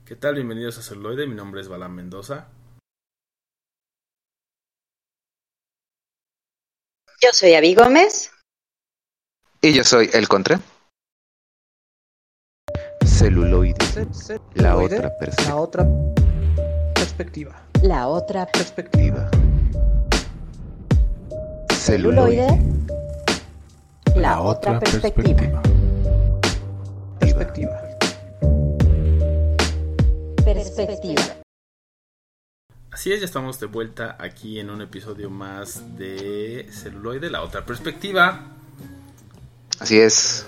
¿Qué tal? Bienvenidos a Celuloide, mi nombre es Balán Mendoza. Yo soy Abby Gómez. Y yo soy El Contre. Celuloide. La otra perspectiva. La otra perspectiva. Celuloide. La otra perspectiva. Perspectiva. Así es, ya estamos de vuelta aquí en un episodio más de Celuloide, la otra perspectiva. Así es.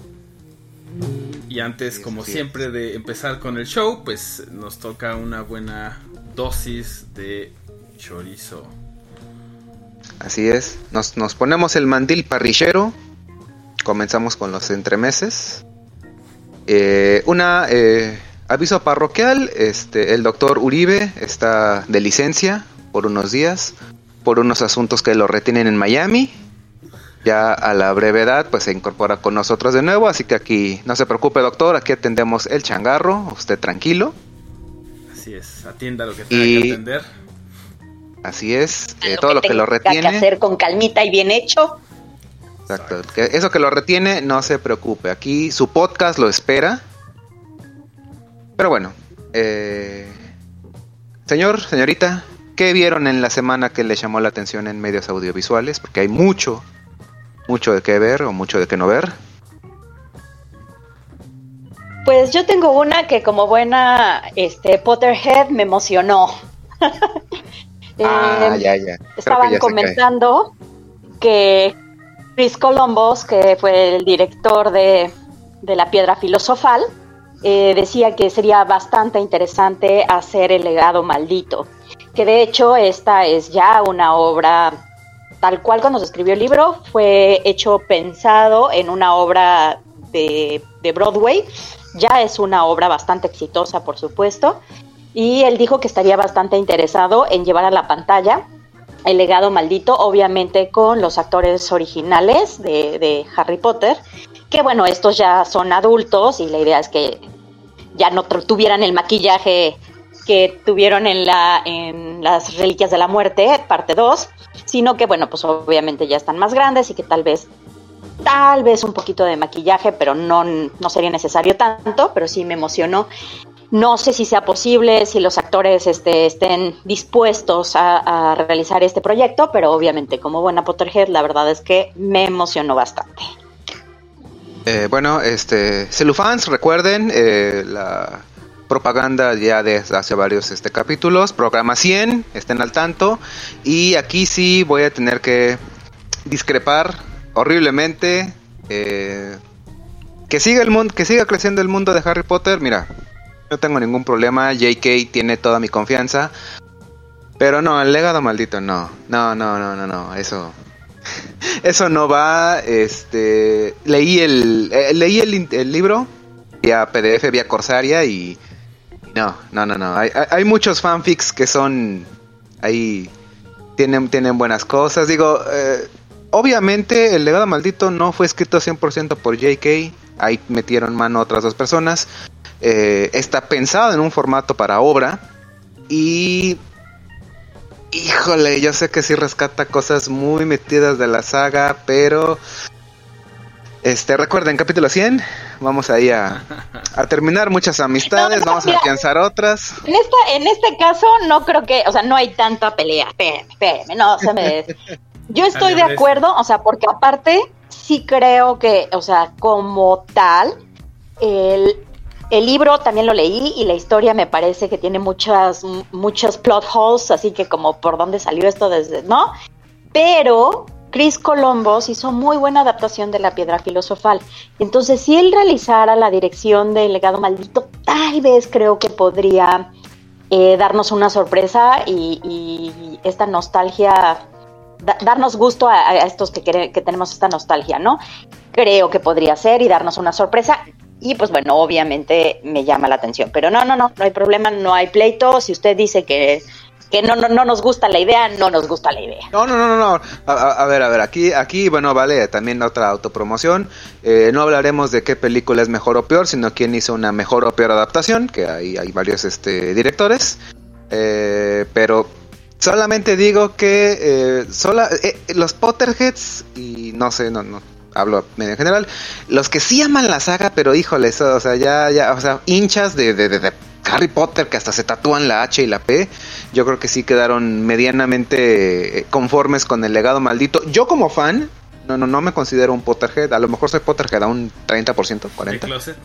Y antes, como siempre, de empezar con el show, pues nos toca una buena dosis de chorizo. Así es. Nos ponemos el mandil parrillero. Comenzamos con los entremeses. Aviso parroquial. El doctor Uribe está de licencia por unos días, por unos asuntos que lo retienen en Miami. Ya a la brevedad pues se incorpora con nosotros de nuevo, así que aquí no se preocupe, doctor, aquí atendemos el changarro, usted tranquilo. Así es, atienda lo que tenga que atender. Así es, todo lo que lo retiene que hacer con calmita y bien hecho. Exacto, eso que lo retiene, no se preocupe, aquí su podcast lo espera. Pero bueno, señorita, ¿qué vieron en la semana que le llamó la atención en medios audiovisuales? Porque hay mucho de qué ver o mucho de qué no ver. Pues yo tengo una que como buena Potterhead me emocionó. Ya. Estaban comentando que Chris Columbus, que fue el director de La Piedra Filosofal, decía que sería bastante interesante hacer El Legado Maldito, que de hecho esta es ya una obra tal cual cuando se escribió el libro, fue pensado en una obra de Broadway, ya es una obra bastante exitosa, por supuesto, y él dijo que estaría bastante interesado en llevar a la pantalla El Legado Maldito, obviamente con los actores originales de Harry Potter, que bueno, estos ya son adultos y la idea es que ya no tuvieran el maquillaje que tuvieron en las Reliquias de la Muerte, parte 2, sino que bueno, pues obviamente ya están más grandes y que tal vez un poquito de maquillaje, pero no sería necesario tanto, pero sí me emocionó. No sé si sea posible, si los actores estén dispuestos a realizar este proyecto, pero obviamente como buena Potterhead, la verdad es que me emocionó bastante. Celufans, recuerden la propaganda ya desde hace varios capítulos, programa 100, estén al tanto, y aquí sí voy a tener que discrepar horriblemente. Que siga creciendo el mundo de Harry Potter, mira, no tengo ningún problema, JK tiene toda mi confianza, pero no, El Legado Maldito no, eso no va. Leí el libro vía PDF, vía Corsaria, y no. Hay muchos fanfics que son ahí, tienen buenas cosas. Digo, obviamente El Legado Maldito no fue escrito 100% por JK, ahí metieron mano otras dos personas. Está pensado en un formato para obra y híjole, yo sé que sí rescata cosas muy metidas de la saga, pero recuerden, capítulo 100, vamos ahí a terminar muchas amistades, vamos a afianzar otras. En este caso no creo que, o sea, no hay tanta pelea, espérame, no, yo estoy de acuerdo, o sea, porque aparte sí creo que, o sea, como tal, el libro también lo leí y la historia me parece que tiene muchas plot holes, así que como por dónde salió esto desde, ¿no? Pero Chris Columbus hizo muy buena adaptación de La Piedra Filosofal. Entonces, si él realizara la dirección de El Legado Maldito, tal vez creo que podría darnos una sorpresa y esta nostalgia, darnos gusto a estos que tenemos esta nostalgia, ¿no? Creo que podría ser y darnos una sorpresa. Y pues bueno, obviamente me llama la atención. Pero no hay problema, no hay pleito. Si usted dice que que no nos gusta la idea, no nos gusta la idea. No. A ver, aquí, bueno, vale, también otra autopromoción. No hablaremos de qué película es mejor o peor, sino quién hizo una mejor o peor adaptación, que hay varios directores. Pero solamente digo que los Potterheads, y no sé, no hablo en general, los que sí aman la saga, pero híjoles, o sea, ya, o sea, hinchas de Harry Potter, que hasta se tatúan la H y la P, yo creo que sí quedaron medianamente conformes con el legado maldito. Yo como fan, no me considero un Potterhead, a lo mejor soy Potterhead a un 30%, 40%.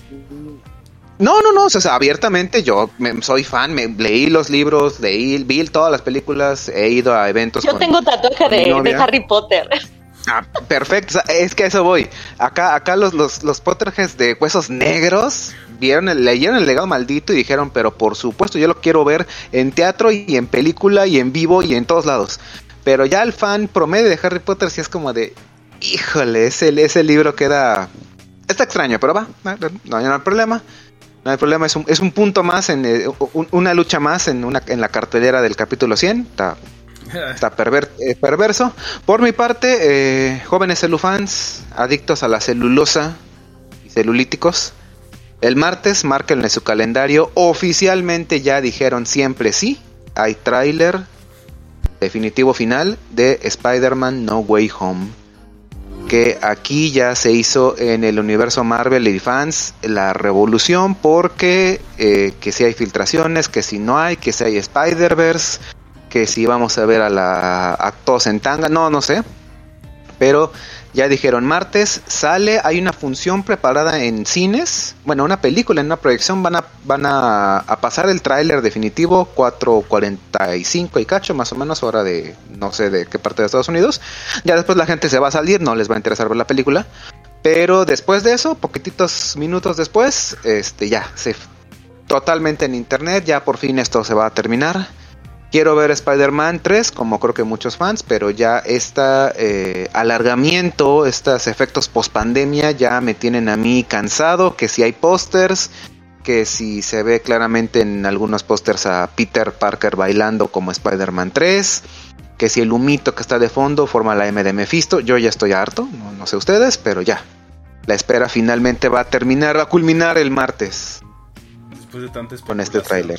No, o sea, abiertamente yo soy fan, leí los libros, vi todas las películas, he ido a eventos. Yo tengo tatuaje de Harry Potter. Ah, perfecto, o sea, es que a eso voy. Acá los Potterheads de huesos negros leyeron el legado maldito y dijeron, pero por supuesto yo lo quiero ver en teatro y en película y en vivo y en todos lados. Pero ya el fan promedio de Harry Potter sí es como de, híjole, ese libro queda... Está extraño, pero va, no hay problema. No hay problema, es un punto más, una lucha más en la cartelera del capítulo 100. Está perverso. Por mi parte, jóvenes celufans, adictos a la celulosa y celulíticos, el martes, márquenle su calendario, oficialmente ya dijeron siempre sí, hay tráiler definitivo final de Spider-Man No Way Home, que aquí ya se hizo en el universo Marvel y fans la revolución, porque que si hay filtraciones, que si no hay, que si hay Spider-Verse, que si vamos a ver a todos en tanga, no sé, pero ya dijeron martes sale, hay una función preparada en cines, bueno, una película en una proyección, van a pasar el tráiler definitivo 4:45 y cacho, más o menos, hora de no sé de qué parte de Estados Unidos. Ya después la gente se va a salir, no les va a interesar ver la película, pero después de eso, poquititos minutos después, ya totalmente en internet, ya por fin esto se va a terminar. Quiero ver Spider-Man 3, como creo que muchos fans, pero ya alargamiento, estos efectos post-pandemia ya me tienen a mí cansado, que si hay pósters, que si se ve claramente en algunos pósters a Peter Parker bailando como Spider-Man 3, que si el humito que está de fondo forma la M de Mephisto, yo ya estoy harto, no sé ustedes, pero ya, la espera finalmente va a culminar el martes. Después de tantas con este tráiler.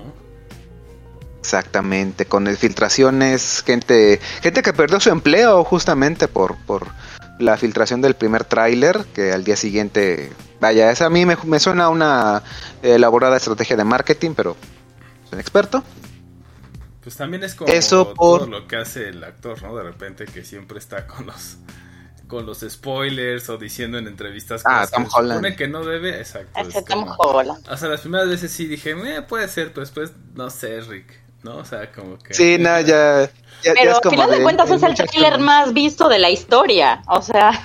Exactamente, con filtraciones, gente que perdió su empleo justamente por la filtración del primer tráiler, que al día siguiente, vaya, esa a mí me suena a una elaborada estrategia de marketing, pero soy un experto. Pues también es como todo lo que hace el actor, ¿no? De repente que siempre está con los spoilers o diciendo en entrevistas cosas Tom que Holland. supone que no debe, exacto. Ese Tom Holland. O sea, las primeras veces sí dije, puede ser, pero después, no sé, Rick, ¿no? O sea, como que... Sí, no, ya pero es como al final de cuentas es el tráiler más visto de la historia, o sea...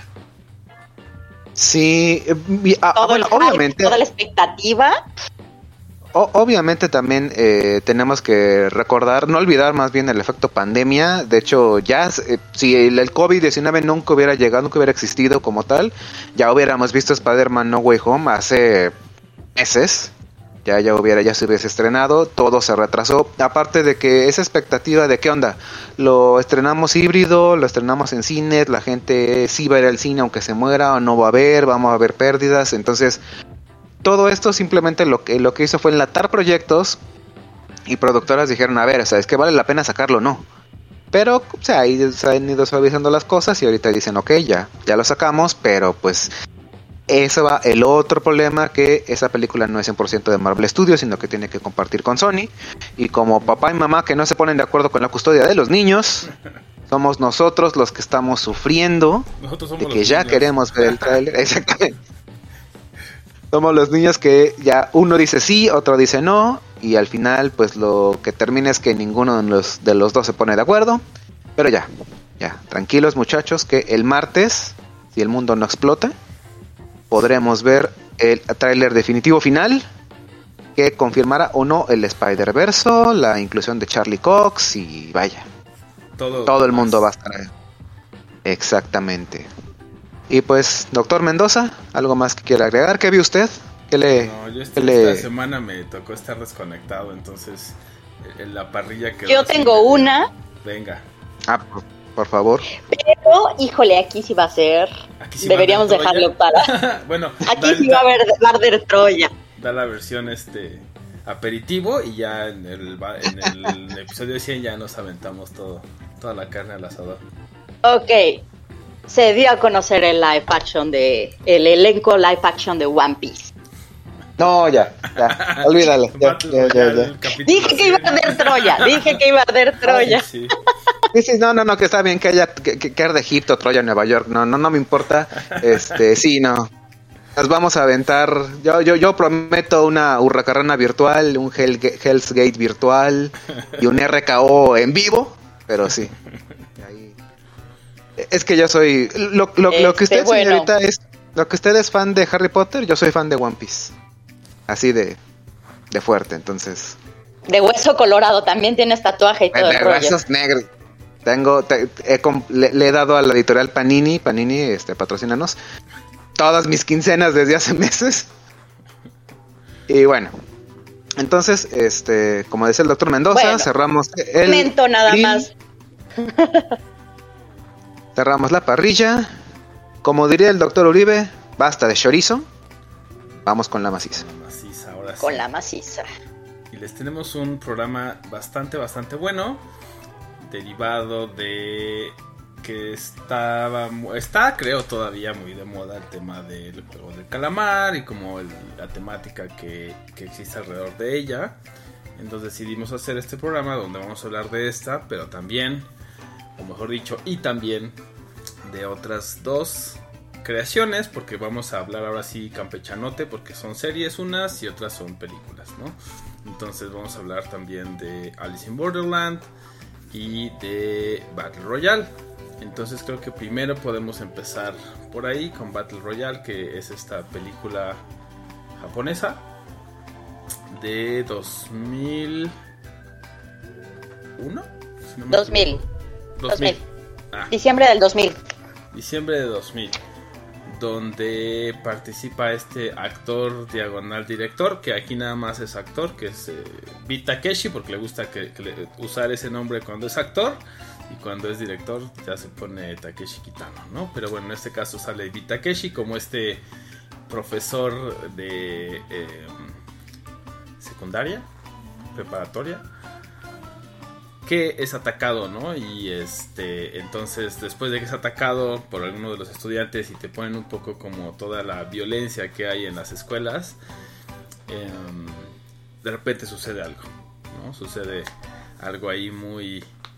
Sí, bueno, obviamente... Toda la expectativa... Obviamente también tenemos que recordar, no olvidar más bien el efecto pandemia. De hecho, ya si el COVID-19 nunca hubiera llegado, nunca hubiera existido como tal, ya hubiéramos visto Spider-Man No Way Home hace meses. Ya se hubiese estrenado, todo se retrasó. Aparte de que esa expectativa de qué onda, lo estrenamos híbrido, lo estrenamos en cines, la gente sí va a ir al cine aunque se muera o no va a ver, vamos a ver pérdidas, entonces... Todo esto simplemente lo que hizo fue enlatar proyectos y productoras dijeron, a ver, o sea, es que vale la pena sacarlo, no. Pero o sea, ahí se han ido suavizando las cosas y ahorita dicen, ok, ya lo sacamos, pero pues eso va el otro problema, que esa película no es 100% de Marvel Studios, sino que tiene que compartir con Sony. Y como papá y mamá que no se ponen de acuerdo con la custodia de los niños, somos nosotros los que estamos sufriendo de que ya queremos ver el trailer. Exactamente. Somos los niños que ya uno dice sí, otro dice no, y al final pues lo que termina es que ninguno de los dos se pone de acuerdo. Pero ya, tranquilos muchachos, que el martes, si el mundo no explota, podremos ver el tráiler definitivo final que confirmará o no el Spider-Verse, la inclusión de Charlie Cox y vaya, todo el mundo va a estar ahí. Exactamente. Y pues, doctor Mendoza, ¿algo más que quiera agregar? ¿Qué vio usted? Esta semana me tocó estar desconectado, entonces en la parrilla que... Yo tengo una. Venga. Por favor. Pero, híjole, aquí sí va a ser... Sí deberíamos dejarlo para... Bueno. Aquí sí va a haber Troya. Da la versión aperitivo y ya en el episodio 100 ya nos aventamos toda la carne al asador. Ok. Se dio a conocer el elenco live action de One Piece. No, ya, olvídalo. Ya. Dije que iba a haber Troya. Sí, no, que está bien que haya que de Egipto, Troya, Nueva York, no me importa. Sí, no. Nos vamos a aventar. Yo prometo una hurracarrana virtual, un Hell's Gate virtual y un RKO en vivo, pero sí. Es que yo soy lo que usted, señorita, es lo que usted es fan de Harry Potter, yo soy fan de One Piece. Así de fuerte, entonces. De hueso colorado, también tienes tatuaje y todo el rollo. De huesos negros. Le he dado a la editorial Panini, patrocínanos, todas mis quincenas desde hace meses. Y bueno, entonces, como decía el doctor Mendoza, cerramos el... Momento nada más. Cerramos la parrilla. Como diría el doctor Uribe, basta de chorizo. Vamos con la maciza. Ahora sí. Con la maciza. Y les tenemos un programa bastante bueno, derivado de que está creo todavía muy de moda el tema del juego del calamar y como la temática que existe alrededor de ella. Entonces decidimos hacer este programa donde vamos a hablar de esta, pero también, o mejor dicho, y también de otras dos creaciones, porque vamos a hablar ahora sí campechanote, porque son series unas y otras son películas, ¿no? Entonces vamos a hablar también de Alice in Borderland y de Battle Royale. Entonces creo que primero podemos empezar por ahí con Battle Royale, que es esta película japonesa de 2001. Si no me 2000. Ah. Diciembre del 2000. Diciembre de 2000. Donde participa este actor diagonal director, que aquí nada más es actor, que es Beat Takeshi, porque le gusta usar ese nombre cuando es actor, y cuando es director ya se pone Takeshi Kitano, ¿no? Pero bueno, en este caso sale Beat Takeshi como este profesor de secundaria, preparatoria, que es atacado, ¿no? Y entonces después de que es atacado por alguno de los estudiantes y te ponen un poco como toda la violencia que hay en las escuelas, de repente sucede algo, ¿no? Sucede algo ahí muy...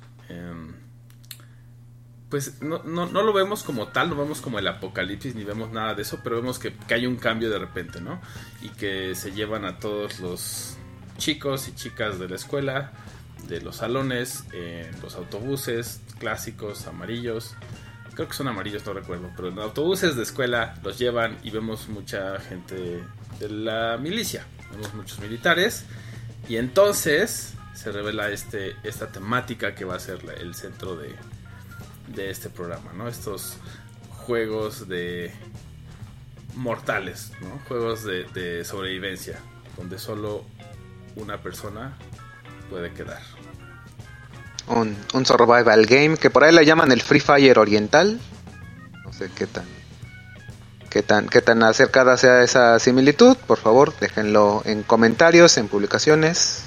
pues no lo vemos como tal, no vemos como el apocalipsis ni vemos nada de eso, pero vemos que hay un cambio de repente, ¿no? Y que se llevan a todos los chicos y chicas de la escuela, de los salones, los autobuses clásicos amarillos, creo que son amarillos, no recuerdo, pero en autobuses de escuela los llevan y vemos mucha gente de la milicia, vemos muchos militares, y entonces se revela esta temática que va a ser el centro de este programa, ¿no? Estos juegos de mortales, ¿no? Juegos de sobrevivencia, donde solo una persona puede quedar. Un survival game que por ahí le llaman el Free Fire oriental. No sé qué tan acercada sea esa similitud. Por favor, déjenlo en comentarios, en publicaciones.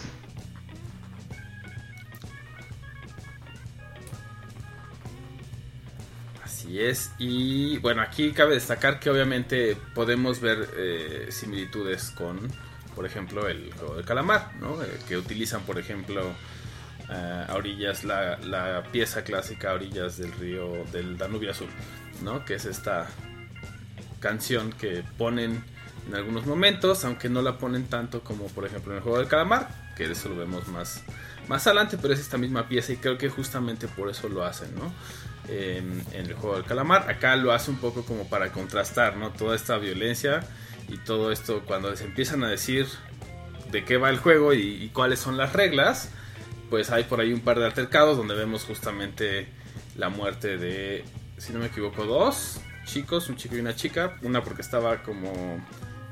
Así es. Y bueno, aquí cabe destacar que obviamente podemos ver similitudes con, por ejemplo, el juego del calamar, ¿no? Que utilizan, por ejemplo, a orillas, la pieza clásica a orillas del río del Danubio Azul, ¿no? Que es esta canción que ponen en algunos momentos, aunque no la ponen tanto como por ejemplo en el juego del calamar, que eso lo vemos más adelante, pero es esta misma pieza y creo que justamente por eso lo hacen, ¿no? En el juego del calamar, acá lo hace un poco como para contrastar, ¿no? Toda esta violencia y todo esto cuando les empiezan a decir de qué va el juego y cuáles son las reglas, pues hay por ahí un par de altercados donde vemos justamente la muerte de, si no me equivoco, dos chicos, un chico y una chica, una porque estaba como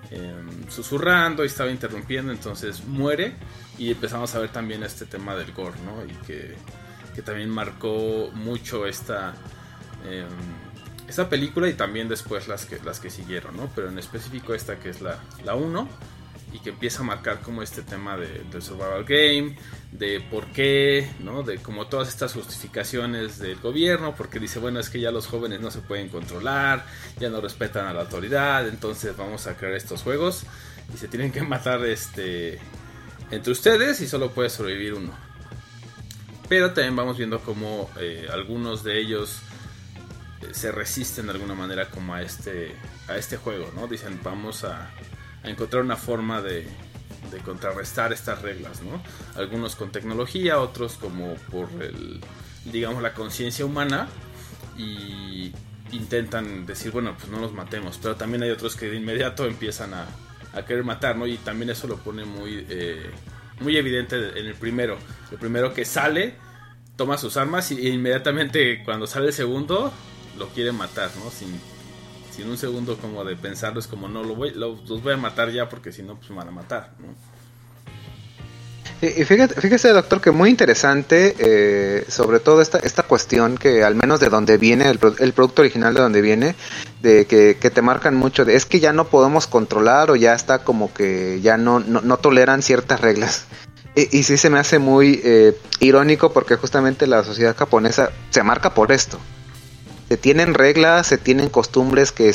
susurrando y estaba interrumpiendo, entonces muere y empezamos a ver también este tema del gore, ¿no? Y que también marcó mucho esta película y también después las que siguieron, ¿no? Pero en específico esta que es la 1 y que empieza a marcar como este tema del survival game, de por qué, ¿no? De como todas estas justificaciones del gobierno, porque dice, bueno, es que ya los jóvenes no se pueden controlar, ya no respetan a la autoridad, entonces vamos a crear estos juegos y se tienen que matar entre ustedes y solo puede sobrevivir uno. Pero también vamos viendo como algunos de ellos se resisten de alguna manera como a este juego, ¿no? Dicen, vamos a encontrar una forma de contrarrestar estas reglas, ¿no? Algunos con tecnología, otros como por digamos la conciencia humana, y intentan decir, bueno, pues no los matemos, pero también hay otros que de inmediato empiezan a querer matar, ¿no? Y también eso lo pone muy evidente en el primero que sale, toma sus armas y inmediatamente cuando sale el segundo lo quiere matar, ¿no? Sin un segundo como de pensarlo, es como no, los voy a matar ya porque si no pues me van a matar, ¿no? Y fíjese, doctor, que muy interesante, sobre todo esta cuestión que al menos de donde viene el producto original, de donde viene, de que te marcan mucho, es que ya no podemos controlar o ya está como que ya no toleran ciertas reglas. Y sí se me hace muy irónico porque justamente la sociedad japonesa se marca por esto. Se tienen reglas, se tienen costumbres que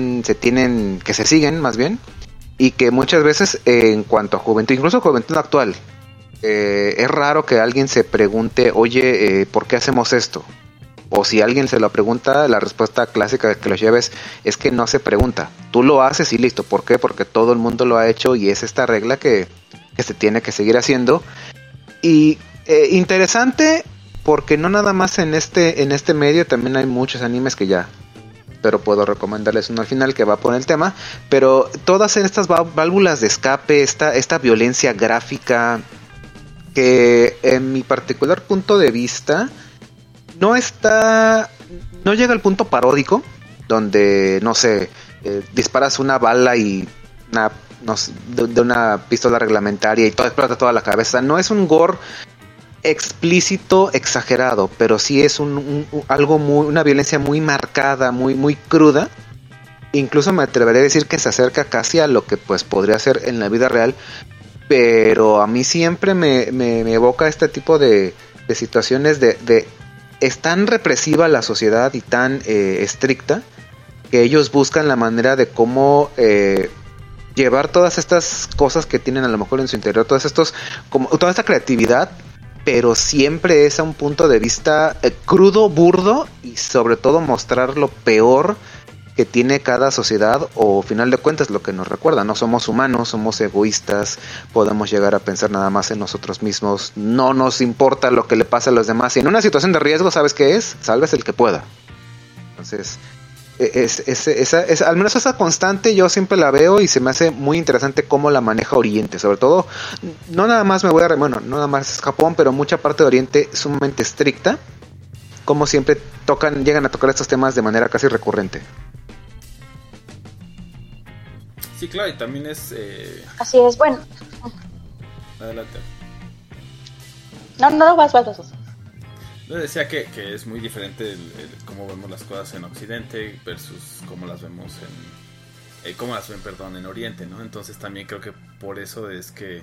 se siguen más bien, y que muchas veces en cuanto a juventud, incluso juventud actual, es raro que alguien se pregunte, oye, ¿por qué hacemos esto? O si alguien se lo pregunta, la respuesta clásica que los lleves es que no se pregunta. Tú lo haces y listo. ¿Por qué? Porque todo el mundo lo ha hecho y es esta regla que se tiene que seguir haciendo. Y interesante, porque no nada más en este medio, también hay muchos animes que ya, pero puedo recomendarles uno al final que va por el tema, pero todas estas válvulas de escape, esta violencia gráfica, que en mi particular punto de vista no llega al punto paródico, donde, no sé, disparas una bala y de una pistola reglamentaria y todo explota toda la cabeza. No es un gore explícito, exagerado, pero sí es una violencia muy marcada, muy, muy cruda. Incluso me atrevería a decir que se acerca casi a lo que pues podría ser en la vida real, pero a mí siempre me evoca este tipo de situaciones es tan represiva la sociedad y tan estricta que ellos buscan la manera de cómo llevar todas estas cosas que tienen a lo mejor en su interior, toda esta creatividad, pero siempre es a un punto de vista crudo, burdo, y sobre todo mostrar lo peor que tiene cada sociedad, o final de cuentas lo que nos recuerda, no somos humanos, somos egoístas, podemos llegar a pensar nada más en nosotros mismos, no nos importa lo que le pasa a los demás, y en una situación de riesgo, ¿sabes qué es? Salves el que pueda. Entonces, al menos esa constante yo siempre la veo y se me hace muy interesante cómo la maneja Oriente, sobre todo, no nada más no nada más es Japón, pero mucha parte de Oriente sumamente estricta, como siempre llegan a tocar estos temas de manera casi recurrente. Sí, claro, y también es... Así es, bueno. Adelante. No, vas. Yo decía que es muy diferente el cómo vemos las cosas en Occidente versus cómo las vemos en Oriente, ¿no? Entonces también creo que por eso es que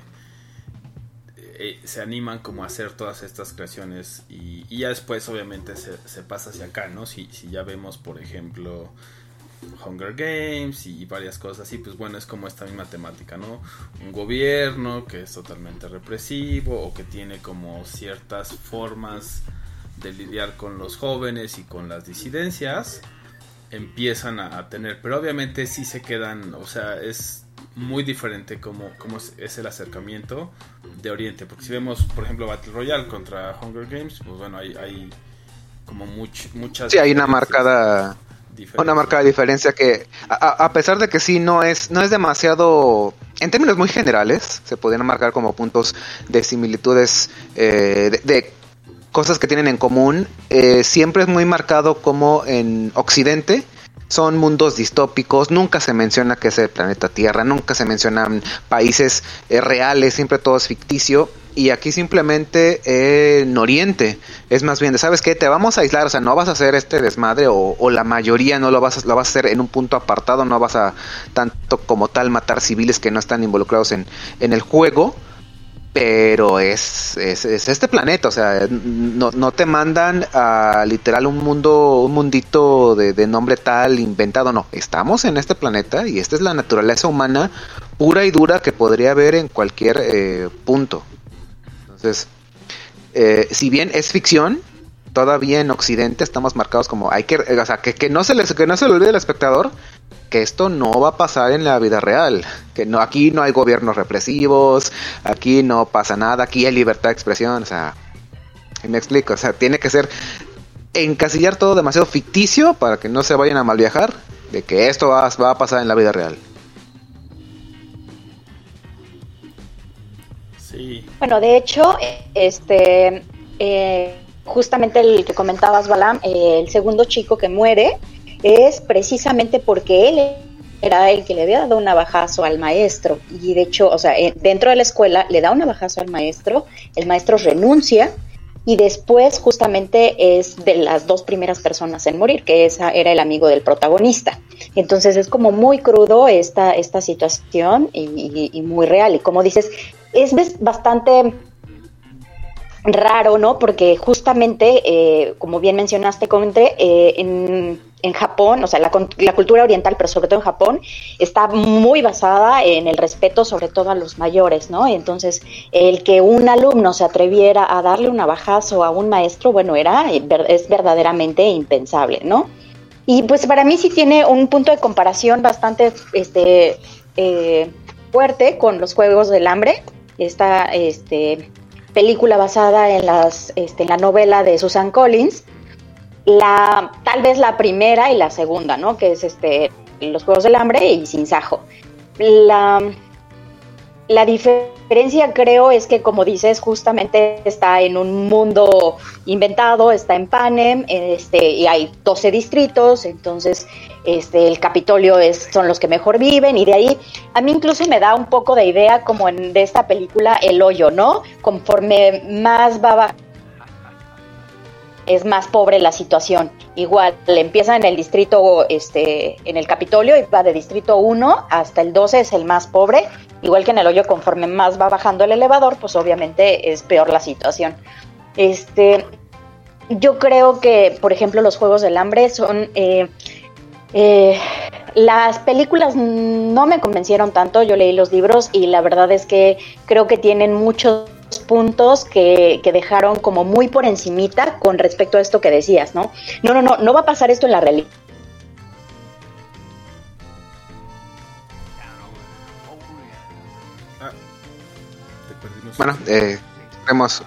se animan como a hacer todas estas creaciones y ya después obviamente se pasa hacia acá, ¿no? Si ya vemos, por ejemplo, Hunger Games y varias cosas así, pues bueno, es como esta misma temática, ¿no? Un gobierno que es totalmente represivo o que tiene como ciertas formas de lidiar con los jóvenes y con las disidencias, empiezan a tener, pero obviamente sí se quedan, o sea, es muy diferente como es el acercamiento de Oriente, porque si vemos, por ejemplo, Battle Royale contra Hunger Games, pues bueno, hay como muchas... Sí, hay una marcada diferencia que, a pesar de que sí no es demasiado, en términos muy generales, se podrían marcar como puntos de similitudes, de cosas que tienen en común, siempre es muy marcado como en Occidente son mundos distópicos, nunca se menciona que es el planeta Tierra, nunca se mencionan países reales, siempre todo es ficticio. Y aquí simplemente en Oriente es más bien de, ¿sabes qué? Te vamos a aislar, o sea, no vas a hacer este desmadre o la mayoría no lo vas a hacer en un punto apartado, no vas a tanto como tal matar civiles que no están involucrados en el juego, pero es este planeta, o sea, no te mandan a literal un mundito de nombre tal inventado, no, estamos en este planeta y esta es la naturaleza humana pura y dura que podría haber en cualquier punto. Entonces, si bien es ficción, todavía en Occidente estamos marcados como o sea, que no se le olvide al espectador que esto no va a pasar en la vida real, que no, aquí no hay gobiernos represivos, aquí no pasa nada, aquí hay libertad de expresión, o sea, me explico, o sea, tiene que ser encasillar todo demasiado ficticio para que no se vayan a mal viajar de que esto va a pasar en la vida real. Sí. Bueno, de hecho, justamente el que comentabas, Balam, el segundo chico que muere es precisamente porque él era el que le había dado un navajazo al maestro. Y de hecho, o sea, dentro de la escuela le da un navajazo al maestro, el maestro renuncia y después justamente es de las dos primeras personas en morir, que esa era el amigo del protagonista. Entonces es como muy crudo esta situación y muy real. Y como dices, es bastante raro, ¿no? Porque justamente, como bien mencionaste, Contre, en Japón, o sea, la cultura oriental, pero sobre todo en Japón, está muy basada en el respeto, sobre todo a los mayores, ¿no? Entonces, el que un alumno se atreviera a darle un navajazo a un maestro, bueno, es verdaderamente impensable, ¿no? Y pues para mí sí tiene un punto de comparación bastante fuerte con los Juegos del Hambre, esta película basada en la novela de Susan Collins, tal vez la primera y la segunda, ¿no? Que es Los Juegos del Hambre y Sin Sajo. La diferencia, creo, es que, como dices, justamente está en un mundo inventado, está en Panem, y hay 12 distritos, entonces el Capitolio son los que mejor viven, y de ahí a mí incluso me da un poco de idea como de esta película El Hoyo, ¿no? Conforme más va es más pobre la situación. Igual, empieza en el distrito, en el Capitolio, y va de distrito 1 hasta el 12, es el más pobre. Igual que en El Hoyo, conforme más va bajando el elevador, pues obviamente es peor la situación. Yo creo que, por ejemplo, los Juegos del Hambre son... las películas no me convencieron tanto, yo leí los libros y la verdad es que creo que tienen muchos puntos que dejaron como muy por encimita con respecto a esto que decías, ¿no? No va a pasar esto en la realidad. Bueno, tenemos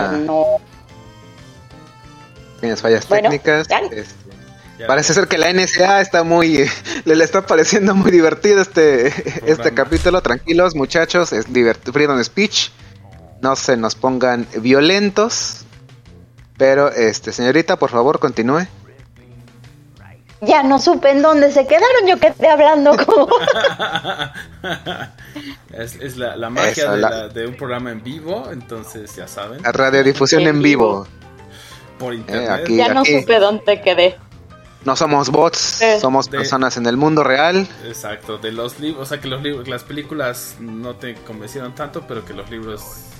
pequeñas fallas técnicas. Parece ser que la NSA está le está pareciendo muy divertido este capítulo. Tranquilos, muchachos, es freedom speech. No se nos pongan violentos. Pero, señorita, por favor, continúe. Ya no supe en dónde se quedaron, yo quedé hablando como... es la magia de un programa en vivo, entonces ya saben. La radiodifusión en vivo. Por internet. Ya no supe dónde quedé. No somos bots, somos personas en el mundo real. Exacto, de los libros, o sea que las películas no te convencieron tanto, pero que los libros...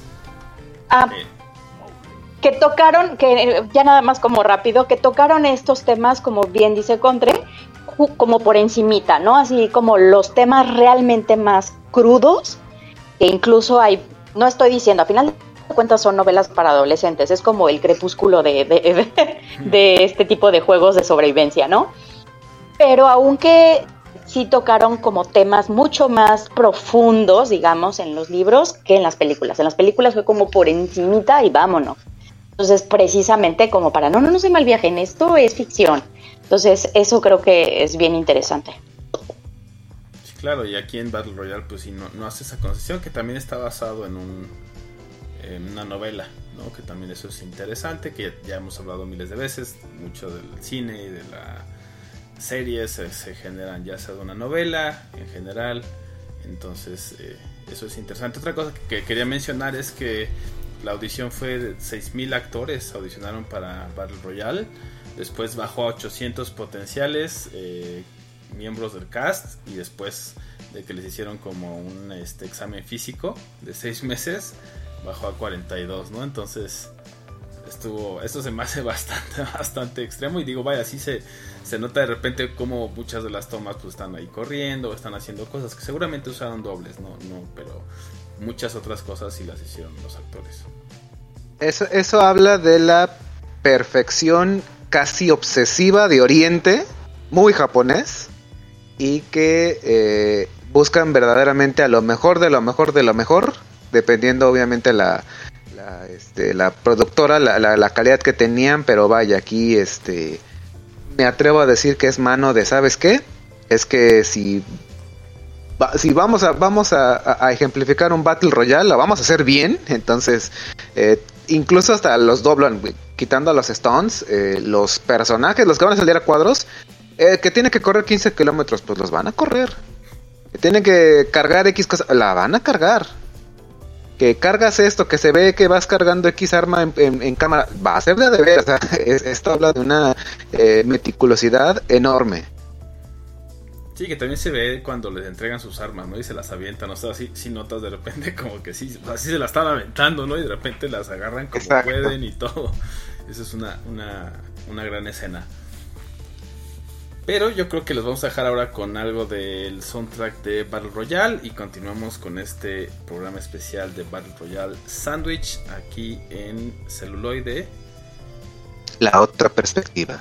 que tocaron, que ya nada más como rápido, que tocaron estos temas, como bien dice Contre, como por encimita, ¿no? Así como los temas realmente más crudos, que incluso no estoy diciendo, a final de cuentas son novelas para adolescentes, es como el crepúsculo de este tipo de juegos de sobrevivencia, ¿no? Pero aunque sí tocaron como temas mucho más profundos, digamos, en los libros que en las películas. En las películas fue como por encimita y vámonos. Entonces, precisamente como para no se malviajen, esto es ficción. Entonces, eso creo que es bien interesante. Sí, claro, y aquí en Battle Royale, pues sí, no hace esa concesión, que también está basado en una novela, ¿no? Que también eso es interesante, que ya hemos hablado miles de veces, mucho del cine y de la series se generan ya sea de una novela en general. Entonces eso es interesante. Otra cosa que quería mencionar es que la audición fue de 6,000 actores audicionaron para Battle Royale. Después bajó a 800 potenciales miembros del cast, y después de que les hicieron como un examen físico de 6 meses bajó a 42, ¿no? Entonces esto se me hace bastante extremo, y digo, vaya, así se nota de repente como muchas de las tomas pues están ahí corriendo o están haciendo cosas que seguramente usaron dobles, no, pero muchas otras cosas sí las hicieron los actores. Eso habla de la perfección casi obsesiva de Oriente, muy japonés, y que buscan verdaderamente a lo mejor de lo mejor de lo mejor, dependiendo obviamente la productora, la calidad que tenían. Pero vaya, aquí me atrevo a decir que es mano de, ¿sabes qué? Es que si vamos a ejemplificar un Battle Royale, lo vamos a hacer bien. Entonces incluso hasta los doblan, quitando a los stunts, los personajes, los que van a salir a cuadros, que tienen que correr 15 kilómetros, pues los van a correr. Que tienen que cargar X cosas, la van a cargar. Que cargas esto, que se ve que vas cargando X arma en cámara, va a ser de ver. O sea, esto habla de una meticulosidad enorme. Sí, que también se ve cuando les entregan sus armas, ¿no? Y se las avientan, o sea, así notas de repente como que sí, así se las están aventando, ¿no? Y de repente las agarran como Exacto. pueden y todo. Eso es una gran escena. Pero yo creo que los vamos a dejar ahora con algo del soundtrack de Battle Royale, y continuamos con este programa especial de Battle Royale Sandwich aquí en Celuloide. La otra perspectiva.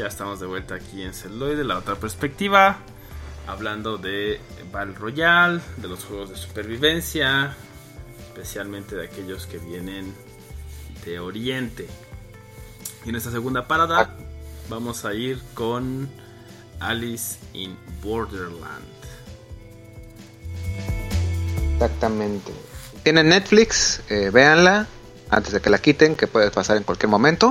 ya estamos de vuelta aquí en Celuloide, la otra perspectiva, hablando de Battle Royale, de los juegos de supervivencia, especialmente de aquellos que vienen de Oriente. Y en esta segunda parada vamos a ir con Alice in Borderland. Exactamente. Tienen Netflix, véanla antes de que la quiten, que puede pasar en cualquier momento.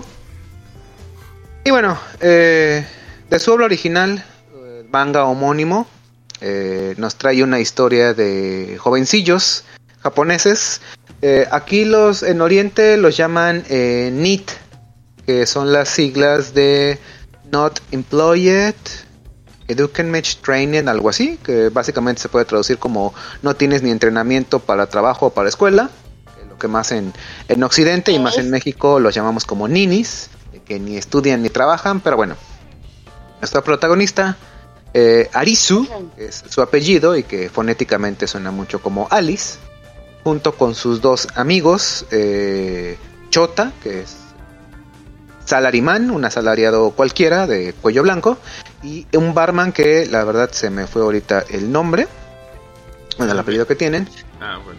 Y bueno, de su obra original, manga homónimo, nos trae una historia de jovencillos japoneses. Aquí en Oriente los llaman NEET, que son las siglas de Not Employed Educated Training, algo así, que básicamente se puede traducir como no tienes ni entrenamiento para trabajo o para escuela, lo que más en Occidente y más en México los llamamos como ninis, que ni estudian ni trabajan. Pero bueno, nuestra protagonista, Arisu, que es su apellido y que fonéticamente suena mucho como Alice, junto con sus dos amigos, Chota, que es salaryman, un asalariado cualquiera de cuello blanco, y un barman que la verdad se me fue ahorita el nombre, bueno, el apellido que tienen. Bueno.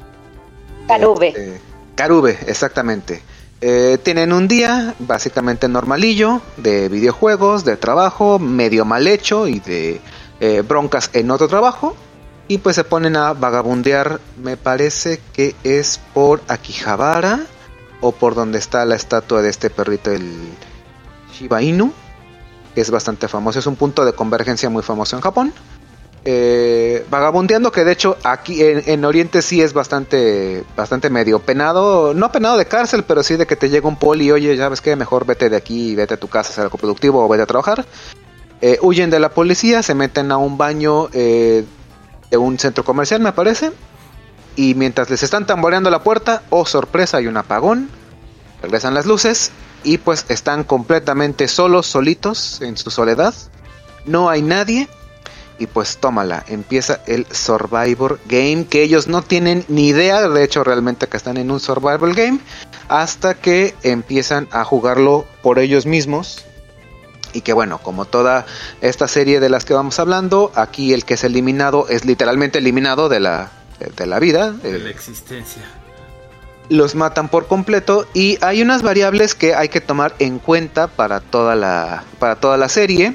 Karube. Karube, exactamente. Tienen un día básicamente normalillo de videojuegos, de trabajo medio mal hecho y de broncas en otro trabajo, y pues se ponen a vagabundear. Me parece que es por Akihabara o por donde está la estatua de este perrito, el Shiba Inu, que es bastante famoso, es un punto de convergencia muy famoso en Japón. Vagabundeando, que de hecho aquí en Oriente sí es bastante medio penado, no penado de cárcel, pero sí de que te llega un poli y oye, ya ves que mejor vete de aquí y vete a tu casa a hacer algo productivo o vete a trabajar. Huyen de la policía, se meten a un baño de un centro comercial, me parece, y mientras les están tamboreando la puerta, oh sorpresa, hay un apagón, regresan las luces y pues están completamente solos, solitos en su soledad, no hay nadie. Y pues tómala, empieza el Survivor Game, que ellos no tienen ni idea, de hecho realmente que están en un Survival Game, hasta que empiezan a jugarlo por ellos mismos. Y que bueno, como toda esta serie de las que vamos hablando, aquí el que es eliminado es literalmente eliminado de la vida. De la existencia. Los matan por completo y hay unas variables que hay que tomar en cuenta para toda la serie.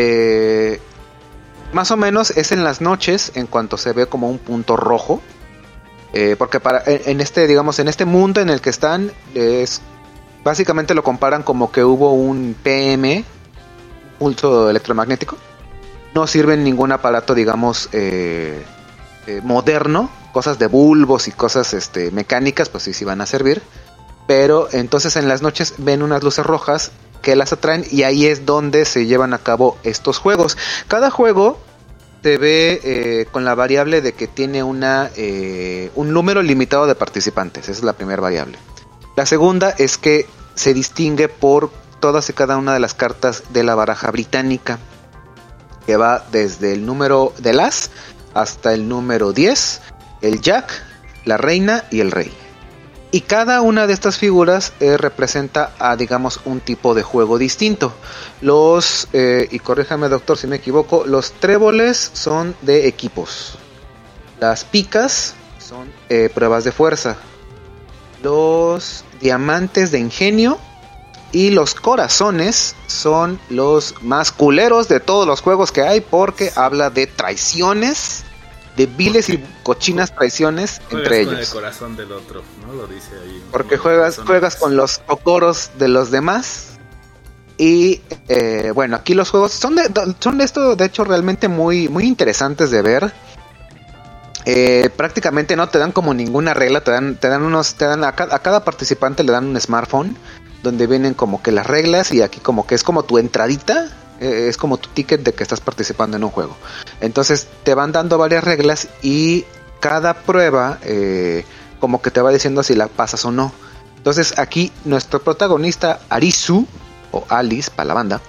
Más o menos es en las noches en cuanto se ve como un punto rojo, porque en este mundo en el que están, básicamente lo comparan como que hubo un PM, pulso electromagnético. No sirven ningún aparato, digamos, moderno, cosas de bulbos y cosas mecánicas, pues sí van a servir. Pero entonces en las noches ven unas luces rojas que las atraen y ahí es donde se llevan a cabo estos juegos. Cada juego se ve con la variable de que tiene un número limitado de participantes. Esa es la primera variable. La segunda es que se distingue por todas y cada una de las cartas de la baraja británica, que va desde el número del as hasta el número 10, el jack, la reina y el rey. Y cada una de estas figuras representa a, digamos, un tipo de juego distinto. Y corríjame doctor si me equivoco, los tréboles son de equipos. Las picas son pruebas de fuerza. Los diamantes de ingenio y los corazones son los más culeros de todos los juegos que hay, porque habla de traiciones, de viles y cochinas traiciones entre ellos. Con el corazón del otro, ¿no? Lo dice ahí. Porque juegas con los ocoros de los demás. Y bueno, aquí los juegos son de esto, de hecho, realmente muy, muy interesantes de ver. Prácticamente no te dan como ninguna regla, a cada participante le dan un smartphone donde vienen como que las reglas, y aquí como que es como tu entradita. Es como tu ticket de que estás participando en un juego. Entonces te van dando varias reglas y cada prueba como que te va diciendo si la pasas o no. Entonces aquí nuestro protagonista Arisu, o Alice para la banda,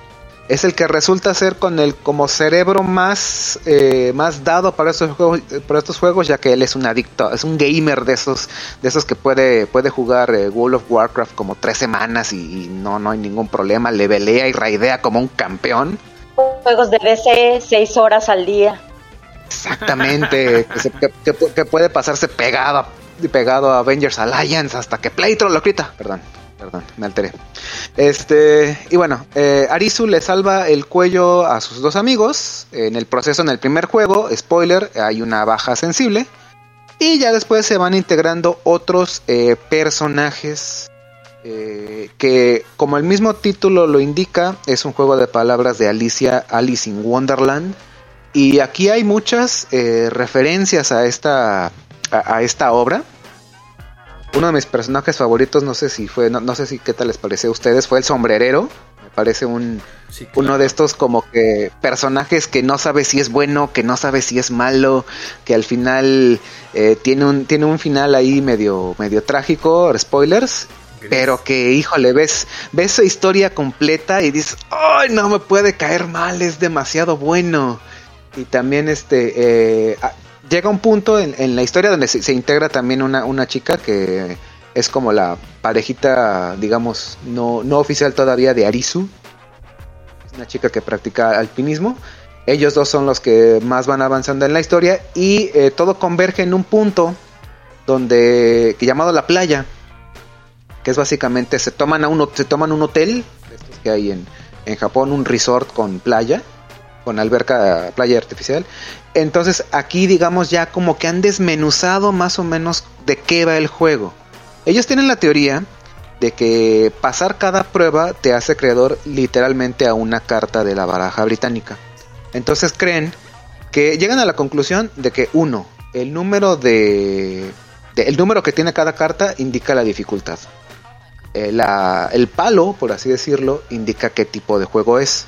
es el que resulta ser con el como cerebro más dado para estos juegos, ya que él es un adicto, es un gamer de esos que puede jugar World of Warcraft como 3 semanas y no hay ningún problema, levelea y raidea como un campeón. Juegos de DC 6 horas al día. Exactamente, que puede pasarse pegado a Avengers Alliance hasta que Playtron lo grita. Perdón, me alteré. Y bueno, Arisu le salva el cuello a sus 2 amigos. En el proceso, en el primer juego, spoiler, hay una baja sensible. Y ya después se van integrando otros personajes que, como el mismo título lo indica, es un juego de palabras de Alice in Wonderland. Y aquí hay muchas referencias a esta obra. Uno de mis personajes favoritos, no sé si qué tal les pareció a ustedes, fue el sombrerero. Me parece sí, claro. Uno de estos como que personajes que no sabe si es bueno, que no sabe si es malo, que al final tiene un final ahí medio trágico, spoilers. Pero que, híjole, ves su historia completa y dices, ¡ay, no me puede caer mal! Es demasiado bueno. Y también llega un punto en la historia donde se integra también una chica que es como la parejita, digamos, no oficial todavía de Arisu. Es una chica que practica alpinismo. Ellos 2 son los que más van avanzando en la historia y todo converge en un punto llamado La Playa, que es básicamente se toman un hotel, estos que hay en Japón, un resort con playa, con playa artificial. Entonces aquí, digamos, ya como que han desmenuzado más o menos de qué va el juego. Ellos tienen la teoría de que pasar cada prueba te hace acreedor literalmente a una carta de la baraja británica. Entonces llegan a la conclusión de que el número que tiene cada carta indica la dificultad. El palo, por así decirlo, indica qué tipo de juego es.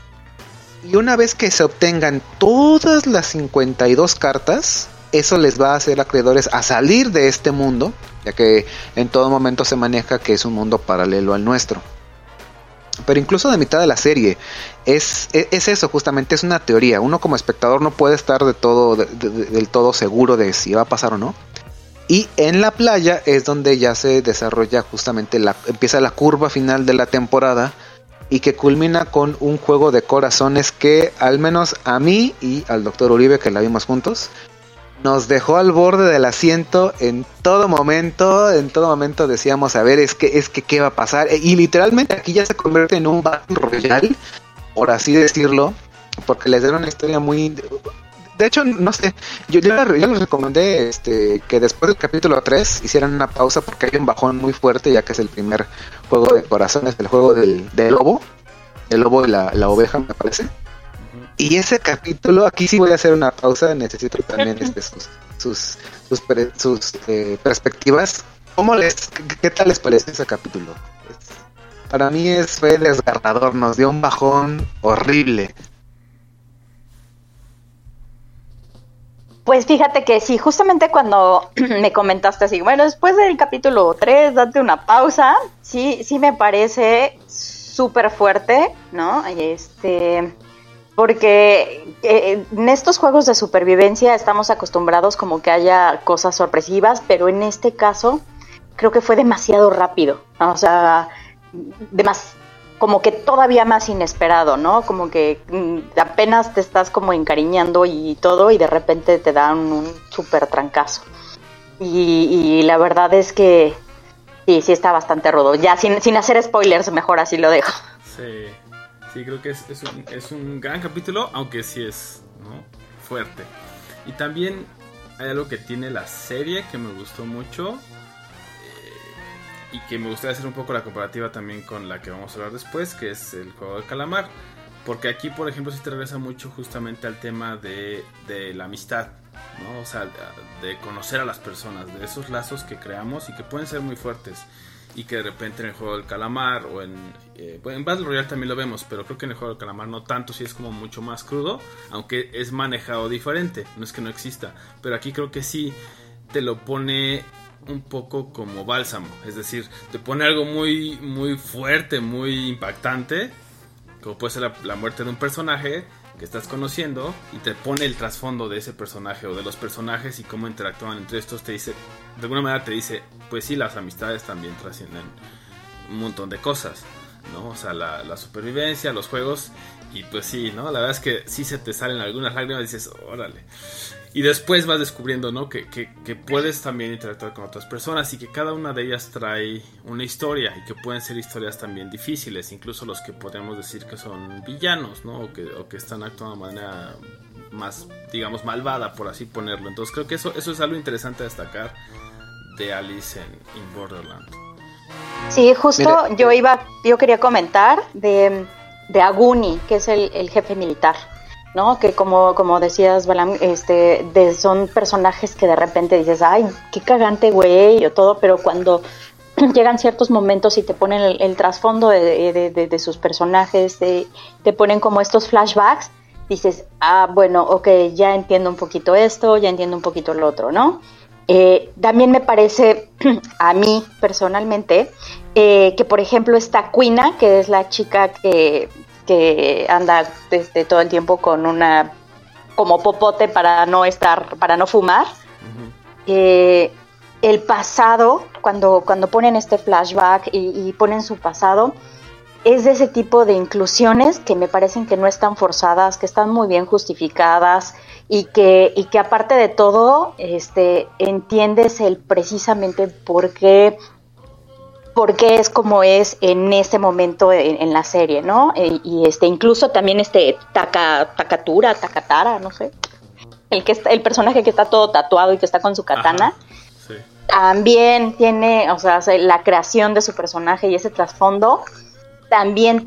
Y una vez que se obtengan todas las 52 cartas, eso les va a hacer acreedores a salir de este mundo, ya que en todo momento se maneja que es un mundo paralelo al nuestro. Pero incluso de mitad de la serie es eso, justamente es una teoría. Uno como espectador no puede estar del todo seguro de si va a pasar o no. Y en La Playa es donde ya se desarrolla justamente empieza la curva final de la temporada, y que culmina con un juego de corazones que al menos a mí y al Dr. Uribe, que la vimos juntos, nos dejó al borde del asiento en todo momento decíamos, a ver, es que qué va a pasar, y literalmente aquí ya se convierte en un Battle Royale, por así decirlo, porque les dieron una historia muy... De hecho, no sé, yo les recomendé que después del capítulo 3 hicieran una pausa porque hay un bajón muy fuerte, ya que es el primer juego de corazones, el juego del lobo, el lobo y la oveja, me parece. Y ese capítulo, aquí sí voy a hacer una pausa, necesito también sus perspectivas. ¿Qué tal les parece ese capítulo? Para mí fue desgarrador, nos dio un bajón horrible. Pues fíjate que sí, justamente cuando me comentaste así, bueno, después del capítulo 3, date una pausa, sí me parece súper fuerte, ¿no? Porque en estos juegos de supervivencia estamos acostumbrados como que haya cosas sorpresivas, pero en este caso creo que fue demasiado rápido, ¿no? O sea, como que todavía más inesperado, ¿no? Como que apenas te estás como encariñando y todo, y de repente te dan un súper trancazo. Y la verdad es que sí está bastante rudo. Ya sin hacer spoilers, mejor así lo dejo. Sí, creo que es un gran capítulo, aunque sí es, ¿no?, fuerte. Y también hay algo que tiene la serie que me gustó mucho, y que me gustaría hacer un poco la comparativa también con la que vamos a hablar después, que es el juego del calamar, porque aquí, por ejemplo, sí te regresa mucho justamente al tema de la amistad, ¿no? O sea, de conocer a las personas, de esos lazos que creamos y que pueden ser muy fuertes, y que de repente en el juego del calamar o en Battle Royale también lo vemos, pero creo que en el juego del calamar no tanto, sí es como mucho más crudo, aunque es manejado diferente, no es que no exista, pero aquí creo que sí te lo pone un poco como bálsamo, es decir, te pone algo muy, muy fuerte, muy impactante, como puede ser la muerte de un personaje que estás conociendo, y te pone el trasfondo de ese personaje o de los personajes y cómo interactúan entre estos. Te dice, de alguna manera te dice, pues sí, las amistades también trascienden un montón de cosas, ¿no? O sea, la supervivencia, los juegos, y pues sí, ¿no? La verdad es que sí se te salen algunas lágrimas y dices, órale. Y después vas descubriendo, ¿no? Que puedes también interactuar con otras personas y que cada una de ellas trae una historia, y que pueden ser historias también difíciles, incluso los que podemos decir que son villanos, ¿no? O que están actuando de manera más, digamos, malvada, por así ponerlo. Entonces creo que eso es algo interesante a destacar de Alice in Borderland. Sí, justo. Mira, yo quería comentar de Aguni, que es el jefe militar, ¿no? Que como decías, Balam, son personajes que de repente dices, ay, qué cagante, güey, o todo, pero cuando llegan ciertos momentos y te ponen el trasfondo de sus personajes, te ponen como estos flashbacks, dices, bueno, ok, ya entiendo un poquito esto, ya entiendo un poquito lo otro, ¿no? También me parece, a mí personalmente, que por ejemplo esta Quina, que es la chica que anda todo el tiempo con una como popote para no fumar. Uh-huh. El pasado, cuando ponen este flashback y ponen su pasado, es de ese tipo de inclusiones que me parecen que no están forzadas, que están muy bien justificadas, y que aparte de todo entiendes precisamente por qué es como es en ese momento en la serie, ¿no? Y incluso también Takatara, no sé, el personaje que está todo tatuado y que está con su katana. Ajá, sí. También tiene, o sea, la creación de su personaje y ese trasfondo también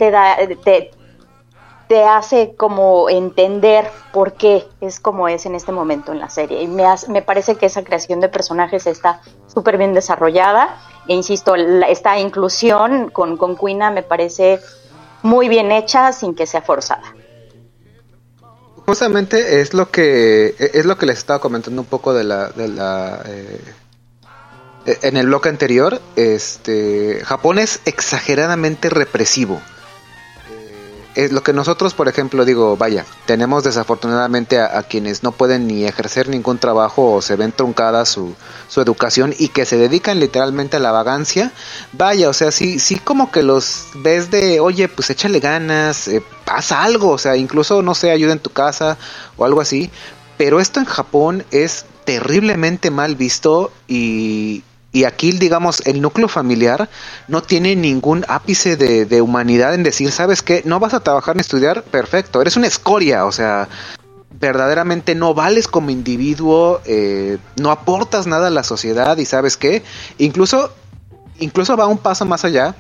te hace como entender por qué es como es en este momento en la serie. Y me parece que esa creación de personajes está súper bien desarrollada. E insisto, esta inclusión con Quina me parece muy bien hecha sin que sea forzada. Justamente es lo que les estaba comentando un poco en el bloque anterior. Japón es exageradamente represivo. Es lo que nosotros, por ejemplo, tenemos desafortunadamente a quienes no pueden ni ejercer ningún trabajo o se ven truncada su educación y que se dedican literalmente a la vagancia. O sea, sí como que los ves de, oye, pues échale ganas, pasa algo, o sea, incluso, no sé, ayuda en tu casa o algo así. Pero esto en Japón es terriblemente mal visto y aquí, digamos, el núcleo familiar no tiene ningún ápice de humanidad en decir, ¿sabes qué? No vas a trabajar ni estudiar, perfecto, eres una escoria, o sea, verdaderamente no vales como individuo, no aportas nada a la sociedad y ¿sabes qué? Incluso va un paso más allá,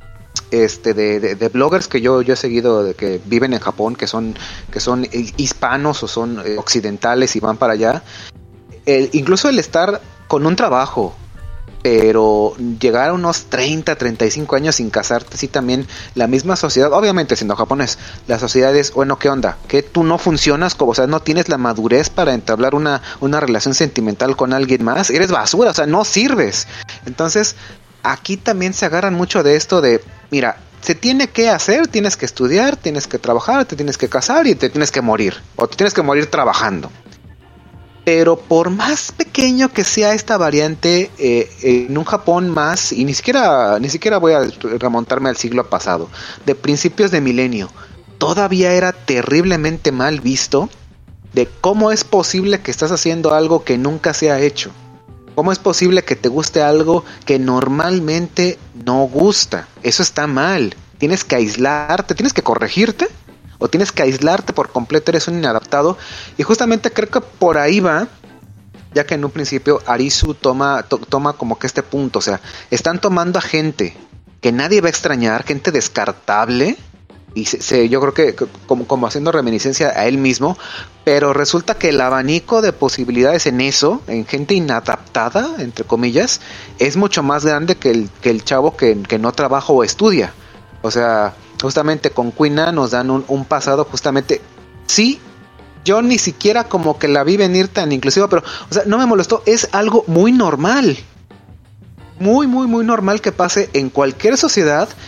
de bloggers que yo he seguido que viven en Japón, que son hispanos o son occidentales y van para allá, incluso el estar con un trabajo, pero llegar a unos 30, 35 años sin casarte, sí, también la misma sociedad, obviamente siendo japonés, la sociedad es, bueno, ¿qué onda? Que tú no funcionas, o sea, no tienes la madurez para entablar una relación sentimental con alguien más, eres basura, o sea, no sirves. Entonces, aquí también se agarran mucho de esto de, mira, se tiene que hacer, tienes que estudiar, tienes que trabajar, te tienes que casar y te tienes que morir, o te tienes que morir trabajando. Pero por más pequeño que sea esta variante, en un Japón más, y ni siquiera voy a remontarme al siglo pasado, de principios de milenio, todavía era terriblemente mal visto de cómo es posible que estás haciendo algo que nunca se ha hecho. ¿Cómo es posible que te guste algo que normalmente no gusta? Eso está mal. Tienes que aislarte, tienes que corregirte, o tienes que aislarte por completo, eres un inadaptado. Y justamente creo que por ahí va, ya que en un principio Arisu toma como que este punto, o sea, están tomando a gente que nadie va a extrañar, gente descartable, y yo creo que como haciendo reminiscencia a él mismo, pero resulta que el abanico de posibilidades en eso, en gente inadaptada, entre comillas, es mucho más grande que el chavo que no trabaja o estudia. O sea, justamente con Quina nos dan un pasado justamente, sí, yo ni siquiera como que la vi venir tan inclusiva, pero, o sea, no me molestó, es algo muy normal, muy, muy, muy normal que pase en cualquier sociedad,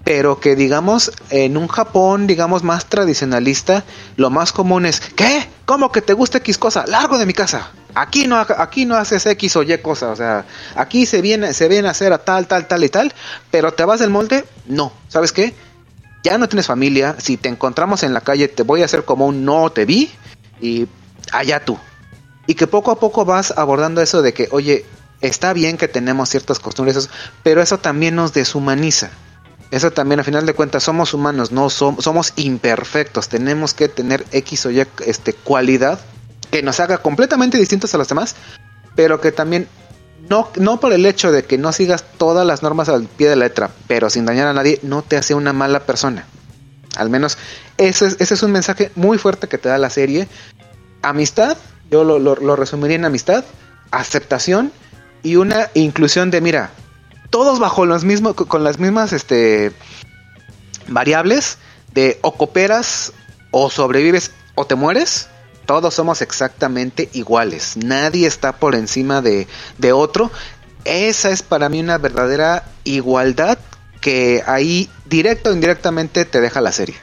pero que digamos en un Japón digamos más tradicionalista, lo más común es ¿qué? ¿Cómo que te gusta X cosa? Largo de mi casa. Aquí no haces X o Y cosa, o sea, aquí se viene a hacer a tal y tal, pero te vas del molde, no, ¿sabes qué? Ya no tienes familia, si te encontramos en la calle te voy a hacer como un no te vi y allá tú. Y que poco a poco vas abordando eso de que, oye, está bien que tenemos ciertas costumbres, pero eso también nos deshumaniza. Eso también, a final de cuentas, somos humanos, no somos imperfectos. Tenemos que tener X o Y cualidad que nos haga completamente distintos a los demás, pero que también, no por el hecho de que no sigas todas las normas al pie de la letra, pero sin dañar a nadie, no te hace una mala persona. Al menos ese es un mensaje muy fuerte que te da la serie. Amistad, yo lo resumiría en amistad, aceptación y una inclusión de, mira, todos bajo los mismos, con las mismas variables de o cooperas o sobrevives o te mueres. Todos somos exactamente iguales. Nadie está por encima de otro. Esa es para mí una verdadera igualdad que ahí directo o indirectamente te deja la serie.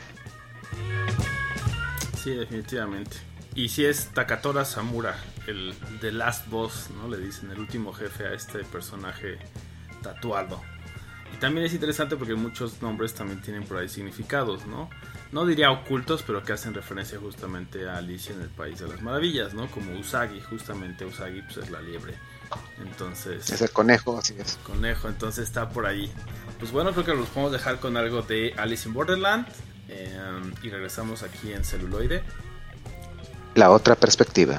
Sí, definitivamente. Y si es Takatora Samura, el The Last Boss, ¿no? Le dicen el último jefe a este personaje tatuado. Y también es interesante porque muchos nombres también tienen por ahí significados, ¿no? No diría ocultos, pero que hacen referencia justamente a Alicia en el País de las Maravillas, ¿no? Como Usagi, justamente Usagi pues es la liebre. Entonces... es el conejo, así es. Conejo, entonces está por ahí. Pues bueno, creo que los podemos dejar con algo de Alice in Borderland. Y regresamos aquí en Celuloide. La otra perspectiva.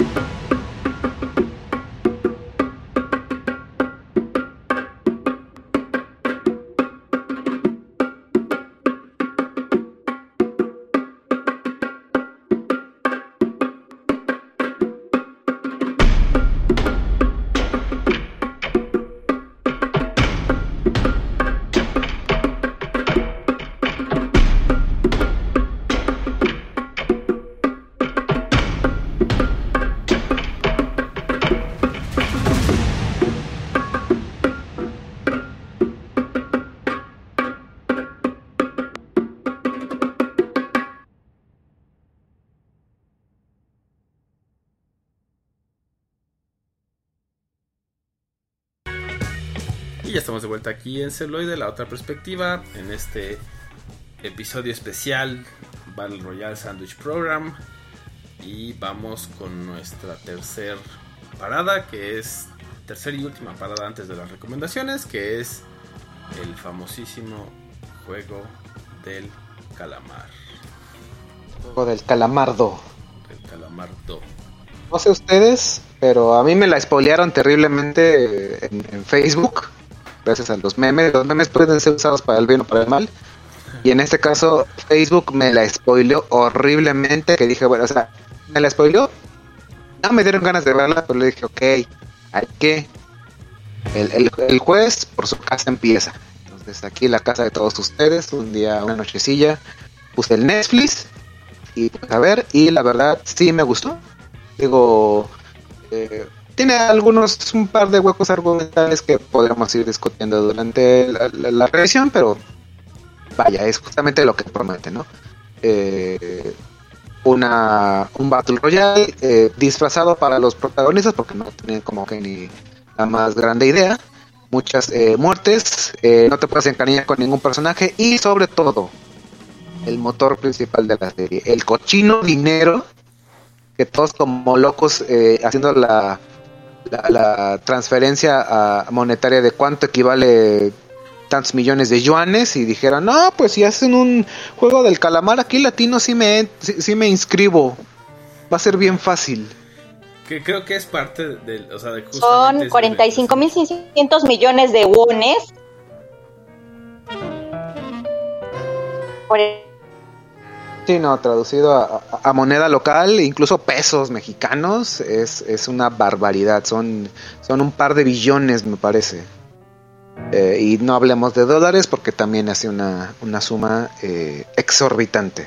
Y ya estamos de vuelta aquí en Celuloide, la otra perspectiva, en este episodio especial Battle Royale Sandwich Program. Y vamos con nuestra tercer parada, que es tercera y última parada antes de las recomendaciones, que es el famosísimo juego del calamar. Juego del calamardo. El calamardo. No sé ustedes, pero a mí me la spoilearon terriblemente en Facebook. Gracias a los memes. Los memes pueden ser usados para el bien o para el mal. Y en este caso, Facebook me la spoileó horriblemente. Que dije, bueno, o sea, me la spoileó. No me dieron ganas de verla, pero le dije, ok, hay que. El juez por su casa empieza. Entonces, aquí en la casa de todos ustedes, un día, una nochecilla, puse el Netflix. Y pues a ver, y la verdad, sí me gustó. Digo, tiene un par de huecos argumentales que podremos ir discutiendo durante la revisión, pero vaya, es justamente lo que promete, ¿no? Un Battle Royale disfrazado para los protagonistas, porque no tienen como que ni la más grande idea. Muchas muertes, no te puedes encariñar con ningún personaje, y sobre todo, el motor principal de la serie, el cochino dinero, que todos como locos haciendo la transferencia monetaria de cuánto equivale tantos millones de yuanes, y dijeron, no, pues si hacen un juego del calamar aquí latino, sí me inscribo, va a ser bien fácil. Que creo que es parte del, o sea, de son 45.600 millones de wones. Sí, no, traducido a moneda local, incluso pesos mexicanos, es una barbaridad, son un par de billones, me parece. Y no hablemos de dólares, porque también hace una suma exorbitante.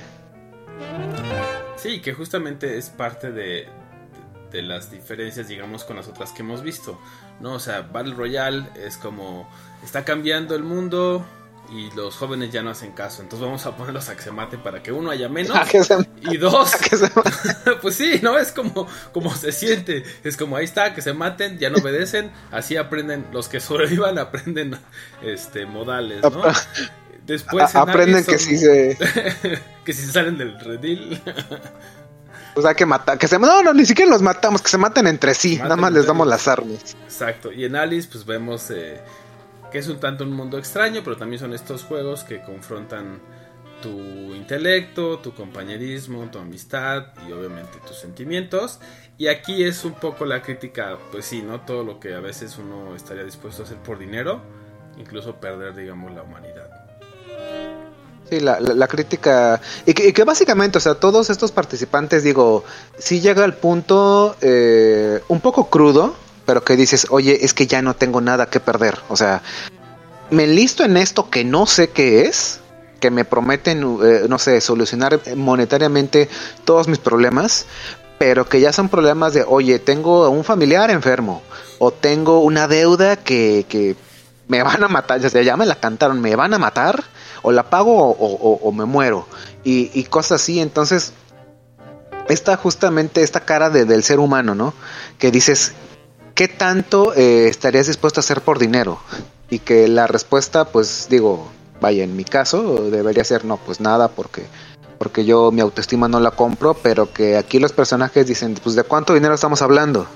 Sí, que justamente es parte de las diferencias, digamos, con las otras que hemos visto, ¿no? O sea, Battle Royale es como, está cambiando el mundo y los jóvenes ya no hacen caso, entonces vamos a ponerlos a que se maten para que uno haya menos y dos, pues sí, ¿no? Es como se siente, es como ahí está, que se maten, ya no obedecen, así aprenden, los que sobrevivan aprenden modales, ¿no? Después aprenden que si se que si se salen del redil pues hay que matar, no, ni siquiera los matamos, que se maten entre sí, nada más les damos las armas. Exacto, y en Alice pues vemos que es un tanto un mundo extraño, pero también son estos juegos que confrontan tu intelecto, tu compañerismo, tu amistad y obviamente tus sentimientos. Y aquí es un poco la crítica, pues sí, ¿no? Todo lo que a veces uno estaría dispuesto a hacer por dinero, incluso perder, digamos, la humanidad. Sí, la crítica, y que básicamente, o sea, todos estos participantes, digo, sí llega al punto un poco crudo, pero que dices, oye, es que ya no tengo nada que perder, o sea, me enlisto en esto que no sé qué es, que me prometen, no sé, solucionar monetariamente todos mis problemas, pero que ya son problemas de, oye, tengo un familiar enfermo, o tengo una deuda que me van a matar, o sea, ya me la cantaron, me van a matar, o la pago o me muero, y cosas así. Entonces justamente esta cara del ser humano, ¿no? Que dices, ¿qué tanto estarías dispuesto a hacer por dinero? Y que la respuesta, pues digo, vaya, en mi caso debería ser no, pues nada, porque yo mi autoestima no la compro, pero que aquí los personajes dicen, pues ¿de cuánto dinero estamos hablando?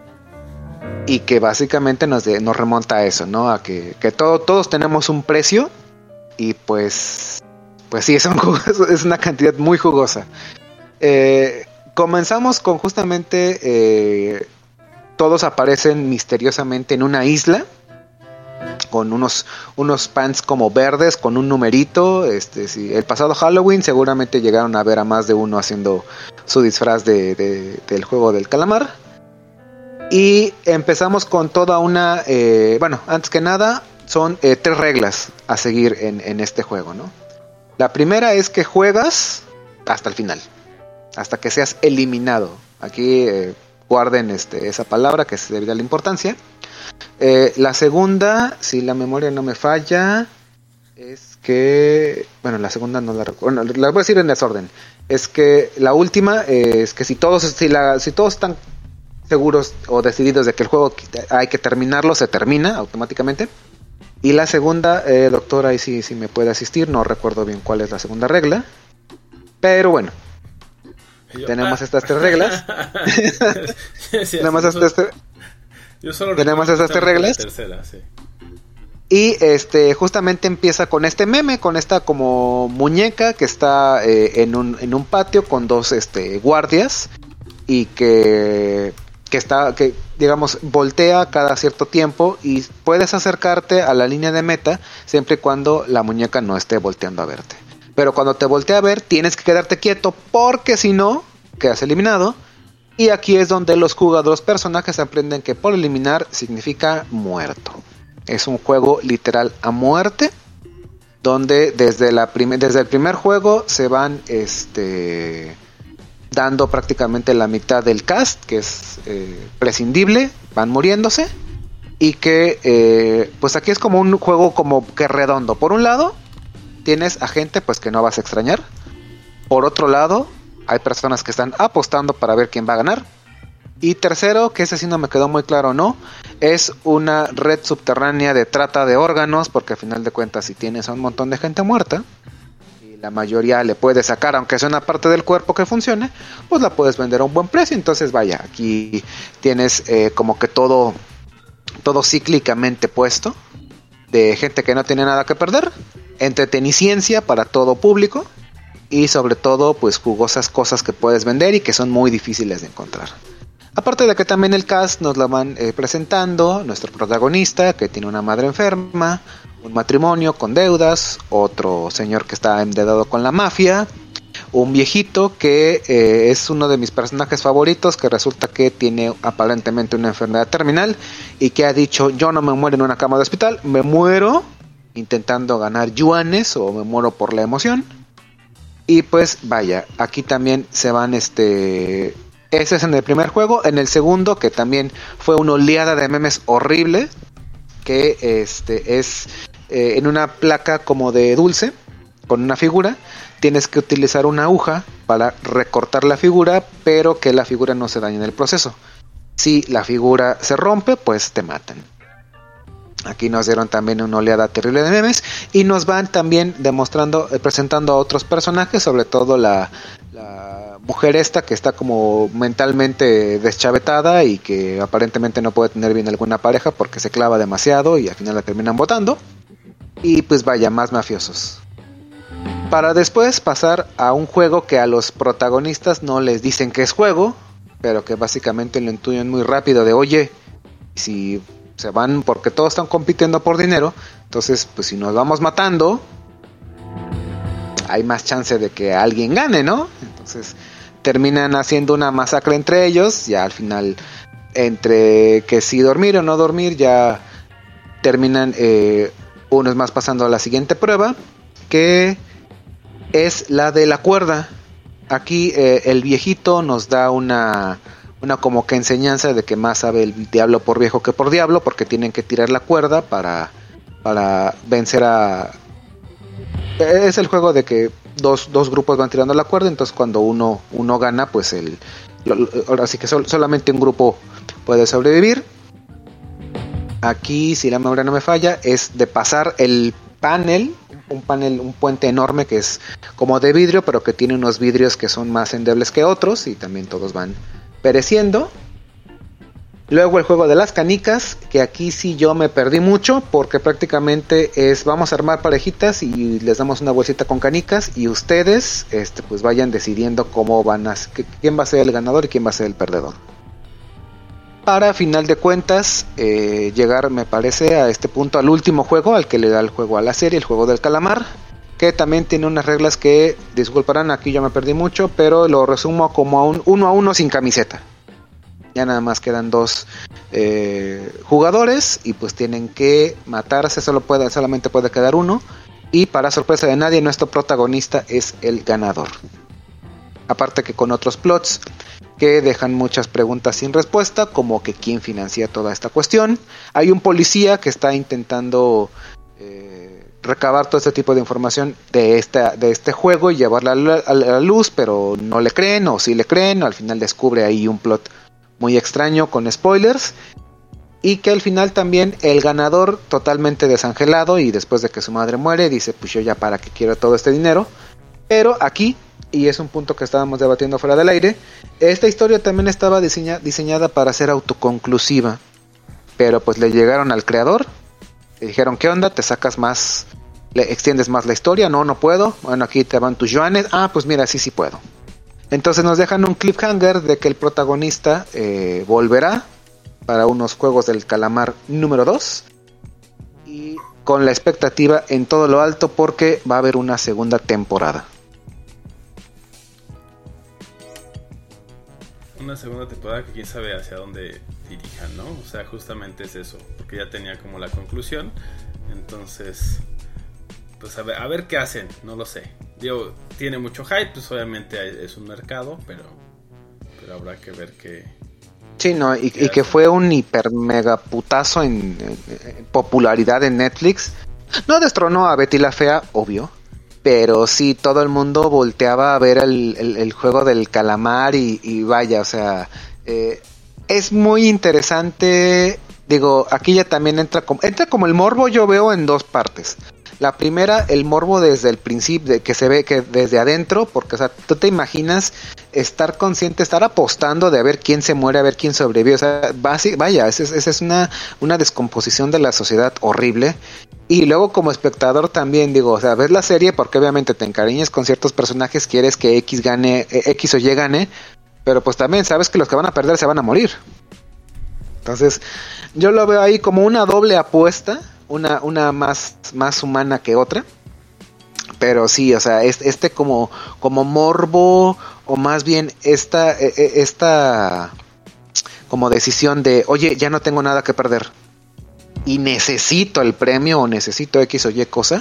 Y que básicamente nos remonta a eso, ¿no? A que todos tenemos un precio. Y pues sí, es una cantidad muy jugosa. comenzamos con justamente todos aparecen misteriosamente en una isla con unos pants como verdes con un numerito. Sí, el pasado Halloween seguramente llegaron a ver a más de uno haciendo su disfraz del juego del calamar. Y empezamos con toda una bueno, antes que nada son 3 reglas a seguir en este juego, ¿no? La primera es que juegas hasta el final, hasta que seas eliminado. Aquí guarden esa palabra que es debido a la importancia. La segunda, si la memoria no me falla, es que... Bueno, la segunda no la recuerdo. Bueno, la voy a decir en desorden. Es que la última es que si todos están seguros o decididos de que el juego hay que terminarlo, se termina automáticamente. Y la segunda, doctor, ahí sí me puede asistir. No recuerdo bien cuál es la segunda regla. Pero bueno. Tenemos estas 3 reglas. Tenemos estas 3 reglas. Tercera, sí. Y justamente empieza con este meme, con esta como muñeca que está en un patio con 2 guardias y que digamos voltea cada cierto tiempo y puedes acercarte a la línea de meta siempre y cuando la muñeca no esté volteando a verte. Pero cuando te voltea a ver tienes que quedarte quieto porque si no quedas eliminado. Y aquí es donde los personajes aprenden que por eliminar significa muerto. Es un juego literal a muerte, donde desde el primer juego se van dando prácticamente la mitad del cast, que es prescindible, van muriéndose. Y que pues aquí es como un juego como que redondo. Por un lado tienes a gente pues que no vas a extrañar. Por otro lado hay personas que están apostando para ver quién va a ganar. Y tercero, que ese sí no me quedó muy claro o no, es una red subterránea de trata de órganos, porque al final de cuentas si tienes a un montón de gente muerta y la mayoría le puede sacar, aunque sea una parte del cuerpo que funcione, pues la puedes vender a un buen precio. Entonces vaya, aquí tienes como que todo cíclicamente puesto, de gente que no tiene nada que perder, entreteniciencia para todo público y sobre todo pues jugosas cosas que puedes vender y que son muy difíciles de encontrar. Aparte de que también el cast nos lo van presentando, nuestro protagonista que tiene una madre enferma, un matrimonio con deudas, otro señor que está endeudado con la mafia, un viejito que es uno de mis personajes favoritos, que resulta que tiene aparentemente una enfermedad terminal y que ha dicho: yo no me muero en una cama de hospital, me muero intentando ganar yuanes o me muero por la emoción. Y pues vaya, aquí también se van ese es en el primer juego. En el segundo, que también fue una oleada de memes horrible, que es en una placa como de dulce con una figura, tienes que utilizar una aguja para recortar la figura, pero que la figura no se dañe en el proceso. Si la figura se rompe, pues te matan. Aquí nos dieron también una oleada terrible de memes y nos van también presentando a otros personajes, sobre todo la mujer esta que está como mentalmente deschavetada y que aparentemente no puede tener bien alguna pareja porque se clava demasiado y al final la terminan botando. Y pues vaya, más mafiosos. Para después pasar a un juego que a los protagonistas no les dicen que es juego, pero que básicamente lo intuyen muy rápido de: oye, si se van porque todos están compitiendo por dinero, entonces pues si nos vamos matando hay más chance de que alguien gane, ¿no? Entonces terminan haciendo una masacre entre ellos. Ya al final, entre que si dormir o no dormir, ya terminan unos más pasando a la siguiente prueba, que es la de la cuerda. Aquí el viejito nos da una como que enseñanza de que más sabe el diablo por viejo que por diablo, porque tienen que tirar la cuerda para vencer a... Es el juego de que dos grupos van tirando la cuerda, entonces cuando uno gana, pues ahora sí que solamente un grupo puede sobrevivir. Aquí, si la memoria no me falla, es de pasar el panel, un puente enorme que es como de vidrio, pero que tiene unos vidrios que son más endebles que otros y también todos van pereciendo. Luego el juego de las canicas, que aquí sí yo me perdí mucho, porque prácticamente es vamos a armar parejitas y les damos una bolsita con canicas y ustedes pues vayan decidiendo cómo van a quién va a ser el ganador y quién va a ser el perdedor. Para a final de cuentas llegar, me parece, a este punto al último juego, al que le da el juego a la serie, el juego del calamar, que también tiene unas reglas que, disculparán, aquí yo me perdí mucho, pero lo resumo como a un 1-1 sin camiseta. Ya nada más quedan 2 jugadores y pues tienen que matarse, solamente puede quedar uno. Y para sorpresa de nadie, nuestro protagonista es el ganador. Aparte que con otros plots que dejan muchas preguntas sin respuesta, como que quién financia toda esta cuestión. Hay un policía que está intentando recabar todo este tipo de información de este juego y llevarla a la luz, pero no le creen o sí le creen. Al final descubre ahí un plot muy extraño con spoilers, y que al final también el ganador, totalmente desangelado y después de que su madre muere, dice pues yo ya para qué quiero todo este dinero. Pero aquí, y es un punto que estábamos debatiendo fuera del aire, esta historia también estaba diseñada para ser autoconclusiva, pero pues le llegaron al creador, le dijeron ¿qué onda? ¿Te sacas más? ¿Le extiendes más la historia? No puedo. Bueno, aquí te van tus yuanes. Pues mira, sí puedo. Entonces nos dejan un cliffhanger de que el protagonista volverá para unos juegos del calamar número 2, y con la expectativa en todo lo alto porque va a haber una segunda temporada. Una segunda temporada que quién sabe hacia dónde dirijan, ¿no? O sea, justamente es eso, porque ya tenía como la conclusión. Entonces, pues a ver qué hacen, no lo sé. Digo, tiene mucho hype, pues obviamente es un mercado, pero habrá que ver qué. Sí, no, y que fue un hiper mega putazo en popularidad en Netflix. No destronó a Betty la Fea, obvio, pero sí todo el mundo volteaba a ver el juego del calamar y vaya, o sea, es muy interesante. Digo, aquí ya también entra como el morbo, yo veo en 2 partes. La primera, el morbo desde el principio, de que se ve que desde adentro, porque o sea, tú te imaginas estar consciente, estar apostando de a ver quién se muere, a ver quién sobrevive, o sea, vaya, esa es una descomposición de la sociedad horrible. Y luego como espectador también, digo, o sea, ves la serie porque obviamente te encariñas con ciertos personajes, quieres que X o Y gane, pero pues también sabes que los que van a perder se van a morir. Entonces, yo lo veo ahí como una doble apuesta, una más humana que otra. Pero sí, o sea, como morbo, o más bien esta como decisión de, oye, ya no tengo nada que perder y necesito el premio o necesito X o Y cosa,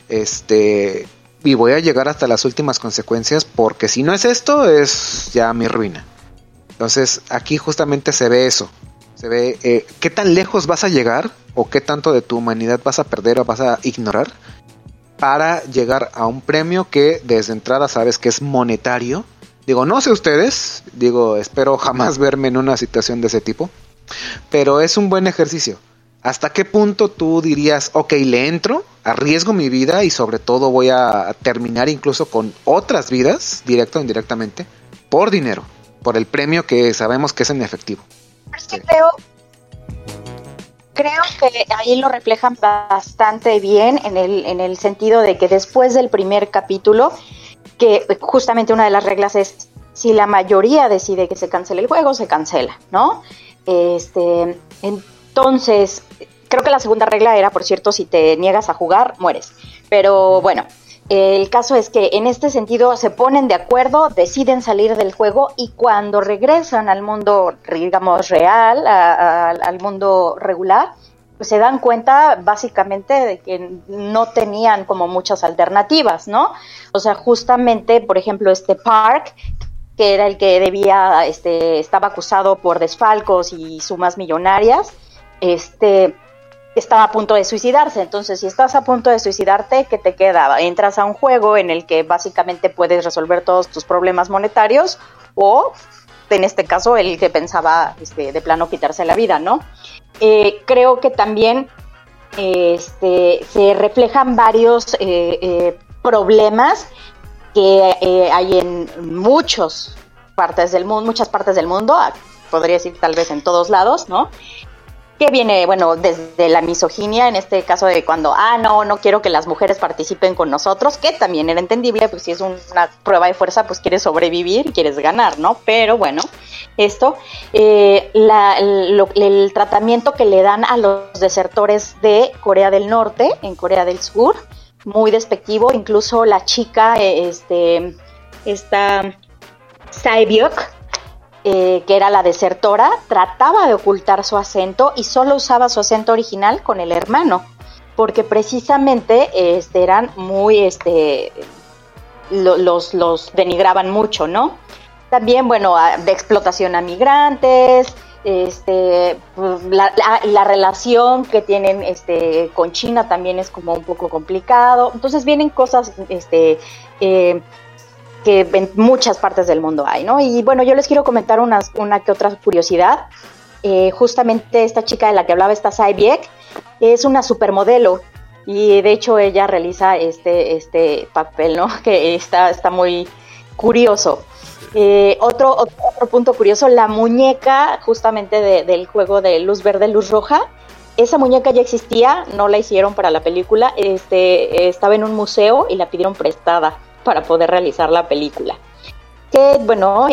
y voy a llegar hasta las últimas consecuencias, porque si no es esto, es ya mi ruina. Entonces, aquí justamente se ve eso. Se ve qué tan lejos vas a llegar o qué tanto de tu humanidad vas a perder o vas a ignorar para llegar a un premio que desde entrada sabes que es monetario. Digo, no sé ustedes, espero jamás verme en una situación de ese tipo, pero es un buen ejercicio. ¿Hasta qué punto tú dirías, ok, le entro, arriesgo mi vida y sobre todo voy a terminar incluso con otras vidas, directo o indirectamente, por dinero, por el premio que sabemos que es en efectivo? Es que creo que ahí lo reflejan bastante bien en el sentido de que después del primer capítulo, que justamente una de las reglas es si la mayoría decide que se cancele el juego, se cancela, ¿no? Entonces, creo que la segunda regla era, por cierto, si te niegas a jugar, mueres. Pero bueno, el caso es que en este sentido se ponen de acuerdo, deciden salir del juego y cuando regresan al mundo, digamos, real, al mundo regular, pues se dan cuenta básicamente de que no tenían como muchas alternativas, ¿no? O sea, justamente, por ejemplo, Park, que era el que debía, estaba acusado por desfalcos y sumas millonarias, estaba a punto de suicidarse. Entonces, si estás a punto de suicidarte, ¿qué te queda? Entras a un juego en el que básicamente puedes resolver todos tus problemas monetarios, o en este caso el que pensaba de plano quitarse la vida, ¿no? Creo que también se reflejan varios problemas que hay en muchas partes del mundo, podría decir tal vez en todos lados, ¿no? Que viene, bueno, desde la misoginia, en este caso de cuando, no quiero que las mujeres participen con nosotros, que también era entendible, pues si es una prueba de fuerza, pues quieres sobrevivir y quieres ganar, ¿no? Pero bueno, esto, el tratamiento que le dan a los desertores de Corea del Norte, en Corea del Sur, muy despectivo, incluso la chica, esta Sae-byuk, que era la desertora, trataba de ocultar su acento y solo usaba su acento original con el hermano, porque precisamente eran muy, los denigraban mucho, ¿no? También, bueno, de explotación a migrantes, la relación que tienen con China también es como un poco complicado. Entonces vienen cosas que en muchas partes del mundo hay, ¿no? Y bueno, yo les quiero comentar una que otra curiosidad. Justamente esta chica de la que hablaba, esta Sae-byuk, es una supermodelo y de hecho ella realiza este papel, ¿no? Que está muy curioso. Otro punto curioso, la muñeca justamente del juego de luz verde, luz roja, esa muñeca ya existía, no la hicieron para la película, estaba en un museo y la pidieron prestada para poder realizar la película. Que bueno,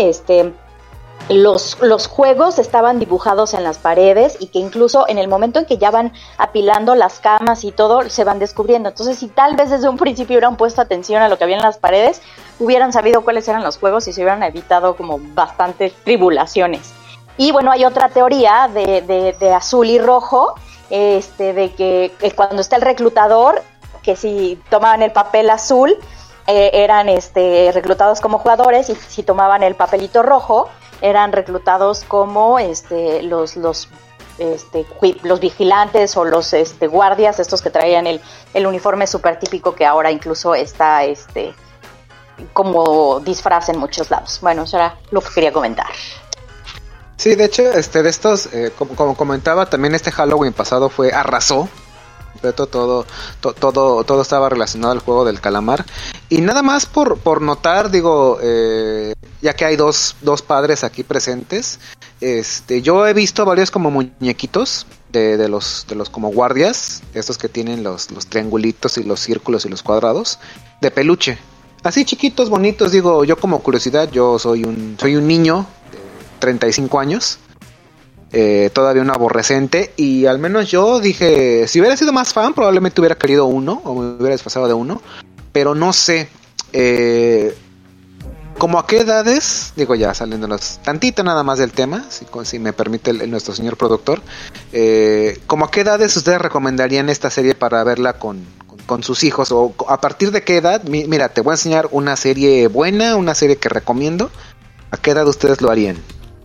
los juegos estaban dibujados en las paredes y que incluso en el momento en que ya van apilando las camas y todo, se van descubriendo. Entonces, si tal vez desde un principio hubieran puesto atención a lo que había en las paredes, hubieran sabido cuáles eran los juegos y se hubieran evitado como bastantes tribulaciones. Y bueno, hay otra teoría de azul y rojo, de que cuando está el reclutador, que si tomaban el papel azul, eran reclutados como jugadores, y si tomaban el papelito rojo eran reclutados como los vigilantes o los guardias, estos que traían el uniforme súper típico que ahora incluso está como disfraz en muchos lados. Bueno, eso era lo que quería comentar. Sí, de hecho, de estos, como comentaba, también Halloween pasado arrasó. Todo estaba relacionado al juego del calamar. Y nada más por notar, digo, ya que hay dos padres aquí presentes, yo he visto varios como muñequitos de los como guardias, estos que tienen los triangulitos y los círculos y los cuadrados, de peluche. Así chiquitos, bonitos, digo, yo como curiosidad, yo soy un niño de 35 años. Todavía un aborrecente, y al menos yo dije, si hubiera sido más fan probablemente hubiera querido uno o me hubiera desfasado de uno, pero no sé como a qué edades, digo, ya saliéndonos tantito nada más del tema, si me permite nuestro señor productor, como a qué edades ustedes recomendarían esta serie para verla con sus hijos, o a partir de qué edad. Mira, te voy a enseñar una serie buena, una serie que recomiendo. ¿A qué edad ustedes lo harían?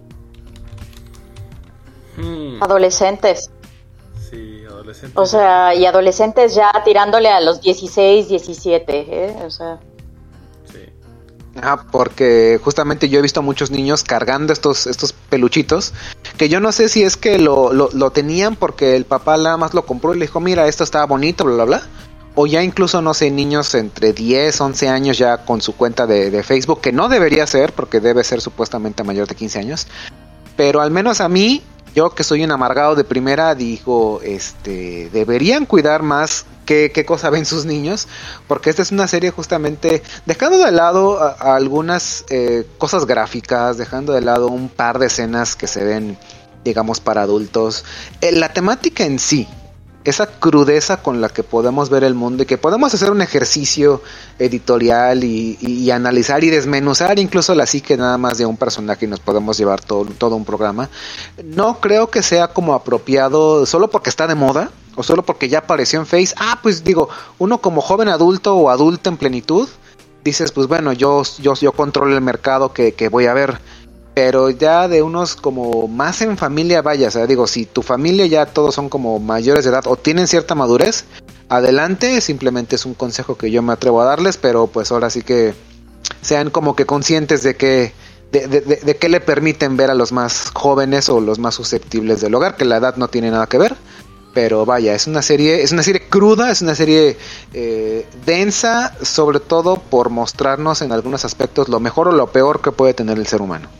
Adolescentes. Sí, adolescentes. O sea, y adolescentes ya tirándole a los 16, 17, o sea. Sí. Porque justamente yo he visto a muchos niños cargando estos peluchitos, que yo no sé si es que lo tenían porque el papá nada más lo compró y le dijo, mira, esto está bonito, bla, bla, bla. O ya incluso, no sé, niños entre 10, 11 años ya con su cuenta de Facebook, que no debería ser, porque debe ser supuestamente mayor de 15 años. Pero al menos a mí, yo que soy un amargado de primera, digo, deberían cuidar más qué cosa ven sus niños, porque esta es una serie justamente dejando de lado a algunas cosas gráficas, dejando de lado un par de escenas que se ven, digamos, para adultos. La temática en sí, esa crudeza con la que podemos ver el mundo y que podemos hacer un ejercicio editorial y analizar y desmenuzar incluso la psique nada más de un personaje, y nos podemos llevar todo un programa. No creo que sea como apropiado solo porque está de moda o solo porque ya apareció en Face. Pues digo, uno como joven adulto o adulta en plenitud dices, pues bueno, yo controlo el mercado que voy a ver. Pero ya de unos como más en familia, vaya, o sea, digo, si tu familia ya todos son como mayores de edad o tienen cierta madurez, adelante, simplemente es un consejo que yo me atrevo a darles, pero pues ahora sí que sean como que conscientes de que de qué le permiten ver a los más jóvenes o los más susceptibles del hogar, que la edad no tiene nada que ver. Pero vaya, es una serie cruda, es una serie densa, sobre todo por mostrarnos en algunos aspectos lo mejor o lo peor que puede tener el ser humano.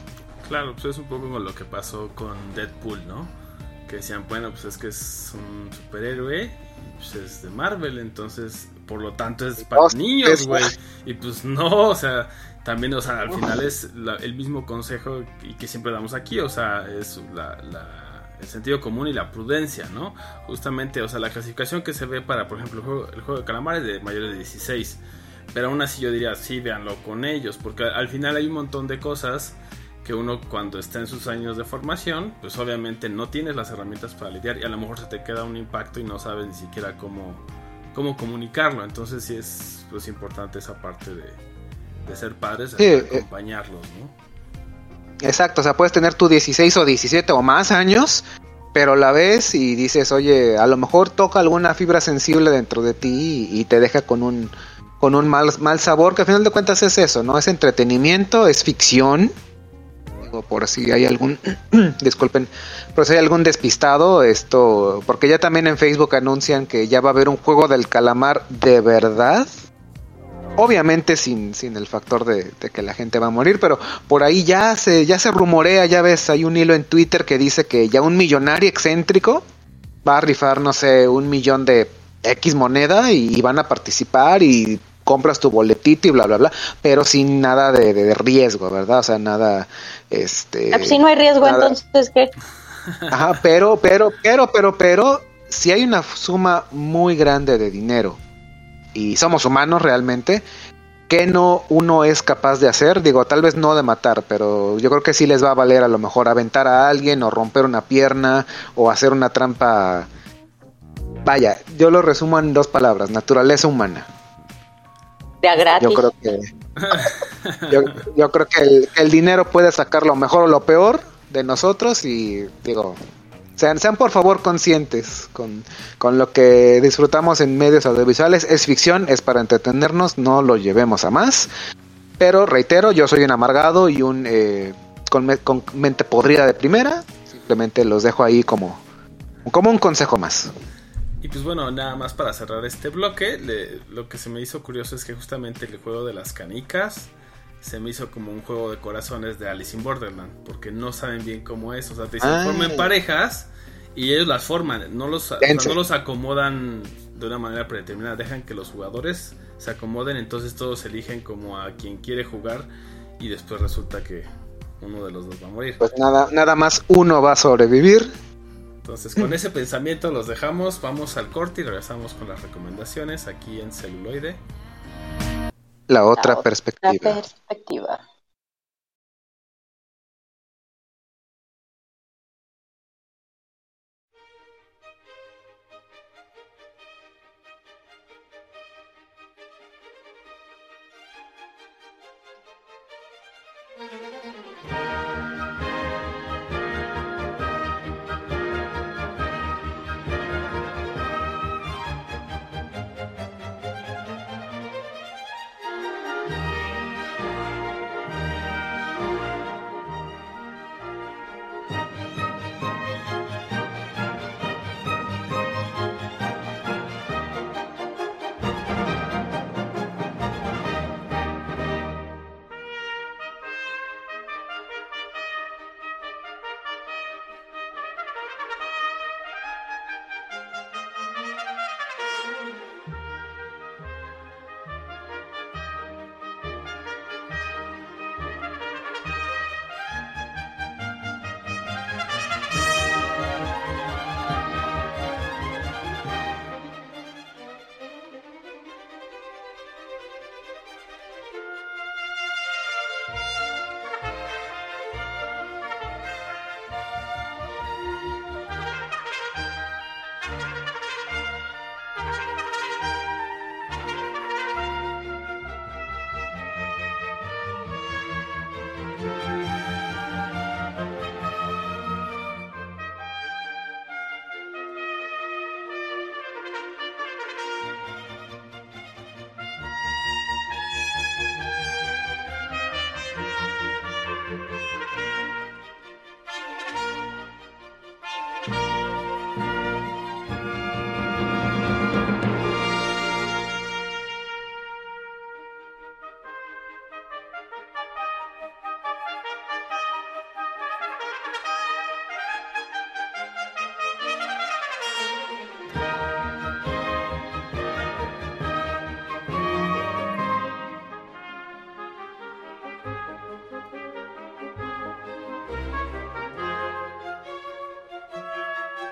Claro, pues es un poco como lo que pasó con Deadpool, ¿no? Que decían, bueno, pues es que es un superhéroe, pues es de Marvel, entonces, por lo tanto es para niños, güey. Y pues no, o sea, también, o sea, al final es el mismo consejo y que siempre damos aquí, o sea, es el sentido común y la prudencia, ¿no? Justamente, o sea, la clasificación que se ve para, por ejemplo, el juego de calamar es de mayores de 16. Pero aún así yo diría, sí, véanlo con ellos, porque al final hay un montón de cosas que uno cuando está en sus años de formación, pues obviamente no tienes las herramientas para lidiar y a lo mejor se te queda un impacto y no sabes ni siquiera cómo comunicarlo. Entonces sí es pues importante esa parte de ser padres, de acompañarlos, ¿no? Exacto, o sea, puedes tener tu 16 o 17 o más años, pero la ves y dices, oye, a lo mejor toca alguna fibra sensible dentro de ti y te deja con un mal sabor, que al final de cuentas es eso, ¿no? Es entretenimiento, es ficción. Por si hay algún disculpen, por si hay algún despistado, esto, porque ya también en Facebook anuncian que ya va a haber un juego del calamar de verdad, obviamente sin el factor de que la gente va a morir, pero por ahí ya se rumorea, ya ves, hay un hilo en Twitter que dice que ya un millonario excéntrico va a rifar, no sé, 1 millón de X moneda y van a participar y compras tu boletito y bla bla bla, pero sin nada de riesgo, ¿verdad? O sea, nada, si no hay riesgo, nada. Entonces, ¿qué? Ajá, pero, si hay una suma muy grande de dinero y somos humanos realmente, ¿qué no uno es capaz de hacer? Digo, tal vez no de matar, pero yo creo que sí les va a valer a lo mejor aventar a alguien o romper una pierna o hacer una trampa. Vaya, yo lo resumo en 2 palabras, naturaleza humana. De gratis. Yo creo que el dinero puede sacar lo mejor o lo peor de nosotros y digo, sean por favor conscientes con lo que disfrutamos en medios audiovisuales. Es ficción, es para entretenernos, no lo llevemos a más. Pero reitero, yo soy un amargado y un con mente podrida de primera. Simplemente los dejo ahí como un consejo más. Y pues bueno, nada más para cerrar este bloque, lo que se me hizo curioso es que justamente el juego de las canicas se me hizo como un juego de corazones de Alice in Borderland, porque no saben bien cómo es, o sea, te dicen formen parejas y ellos las forman, no los acomodan de una manera predeterminada, dejan que los jugadores se acomoden, entonces todos eligen como a quien quiere jugar y después resulta que uno de los dos va a morir. Pues nada más uno va a sobrevivir. Entonces con ese pensamiento los dejamos, vamos al corte y regresamos con las recomendaciones aquí en Celuloide. La otra perspectiva.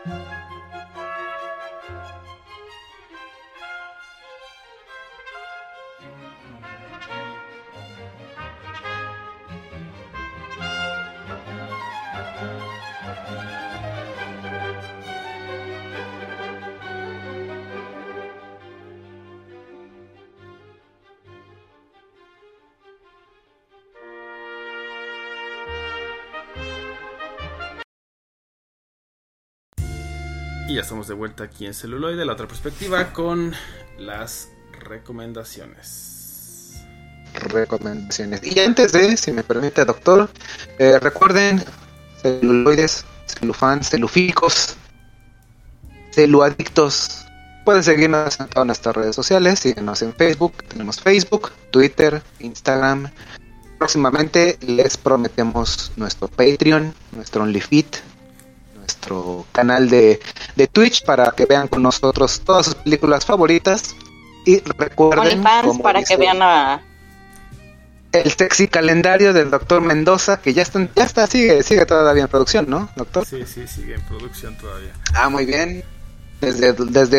Y ya estamos de vuelta aquí en Celuloide, la otra perspectiva, con las recomendaciones. Y antes de, si me permite, doctor, recuerden, celuloides, celufans, celufílicos, celuadictos, pueden seguirnos en todas nuestras redes sociales. Síguenos en Facebook, tenemos Facebook, Twitter, Instagram. Próximamente les prometemos nuestro Patreon, nuestro OnlyFit, nuestro canal de Twitch para que vean con nosotros todas sus películas favoritas. Y recuerden, OnlyFans para que vean el sexy calendario del doctor Mendoza, que ya está, sigue todavía en producción, ¿no, doctor? Sí, sigue en producción todavía. Ah, muy bien. Desde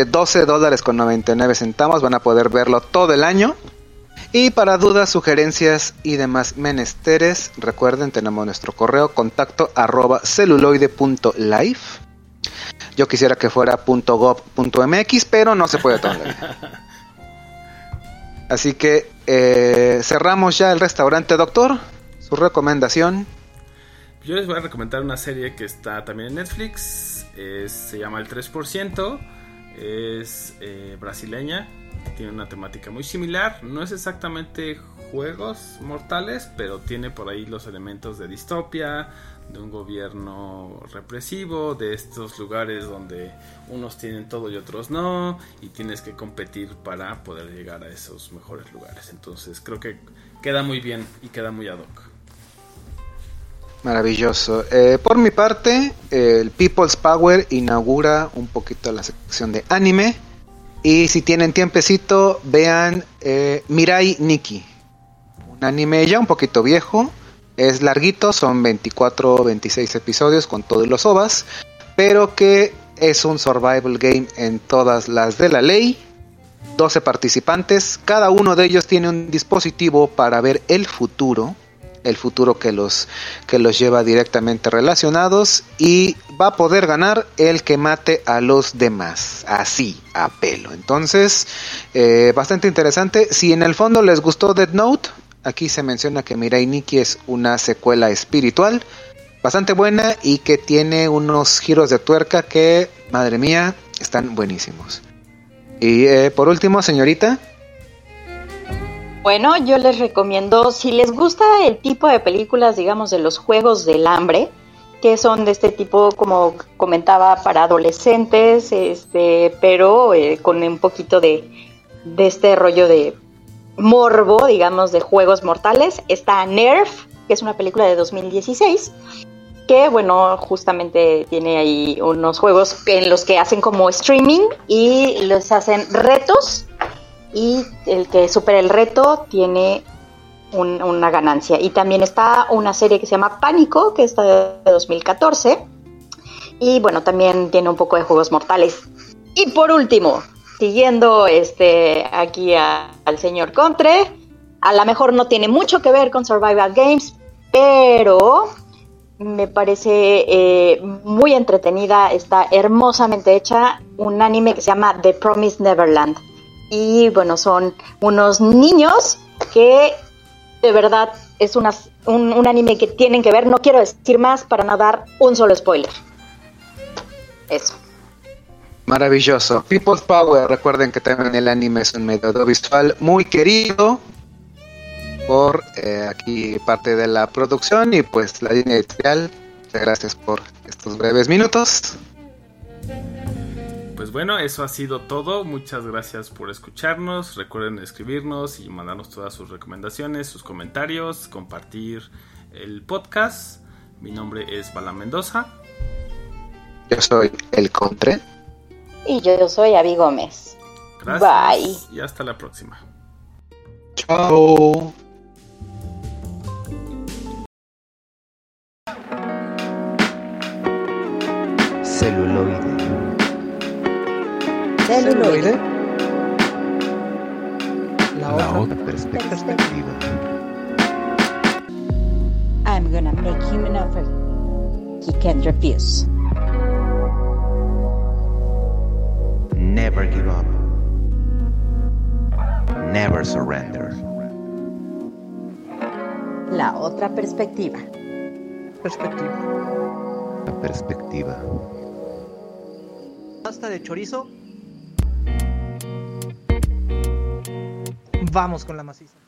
$12.99 van a poder verlo todo el año. Y para dudas, sugerencias y demás menesteres, recuerden, tenemos nuestro correo contacto @celuloide.life. Yo quisiera que fuera .gov.mx, pero no se puede todavía. Así que cerramos ya el restaurante, doctor. Su recomendación. Yo les voy a recomendar una serie que está también en Netflix. Se llama El 3%. Es brasileña. Tiene una temática muy similar. No es exactamente juegos mortales, pero tiene por ahí los elementos de distopia, de un gobierno represivo, de estos lugares donde unos tienen todo y otros no, y tienes que competir para poder llegar a esos mejores lugares. Entonces creo que queda muy bien y queda muy ad hoc. Maravilloso. Por mi parte, el People's Power inaugura un poquito la sección de anime. Y si tienen tiempecito, vean Mirai Nikki. Un anime ya un poquito viejo. Es larguito, son 24 o 26 episodios con todos los OVAs. Pero que es un survival game en todas las de la ley. 12 participantes. Cada uno de ellos tiene un dispositivo para ver el futuro. El futuro que los lleva directamente relacionados, y va a poder ganar el que mate a los demás, así, a pelo. Entonces, bastante interesante. Si en el fondo les gustó Death Note, aquí se menciona que Mirai Nikki es una secuela espiritual bastante buena y que tiene unos giros de tuerca que, madre mía, están buenísimos. Y por último, señorita. Bueno, yo les recomiendo, si les gusta el tipo de películas, digamos, de los Juegos del Hambre, que son de este tipo, como comentaba, para adolescentes, pero con un poquito de este rollo de morbo, digamos, de juegos mortales, está Nerf, que es una película de 2016, que, bueno, justamente tiene ahí unos juegos en los que hacen como streaming y les hacen retos, y el que supera el reto tiene una ganancia. Y también está una serie que se llama Pánico, que está de 2014, y bueno, también tiene un poco de juegos mortales. Y por último, siguiendo aquí al señor Contre, a lo mejor no tiene mucho que ver con Survival Games, pero me parece muy entretenida, está hermosamente hecha, un anime que se llama The Promised Neverland. Y bueno, son unos niños que de verdad es un anime que tienen que ver. No quiero decir más para no dar un solo spoiler. Eso. Maravilloso. People's Power, recuerden que también el anime es un medio audiovisual muy querido por aquí parte de la producción y pues la línea editorial. Muchas gracias por estos breves minutos. Pues bueno, eso ha sido todo. Muchas gracias por escucharnos. Recuerden escribirnos y mandarnos todas sus recomendaciones, sus comentarios, compartir el podcast. Mi nombre es Bala Mendoza. Yo soy El Contre. Y yo soy Abby Gómez. Gracias. Bye. Y hasta la próxima. Chao. Celuloide. Celuloide. La otra perspectiva. I'm gonna make him an offer he can't refuse. Never give up. Never surrender. La otra perspectiva. La perspectiva. Pasta de chorizo. Vamos con la maciza.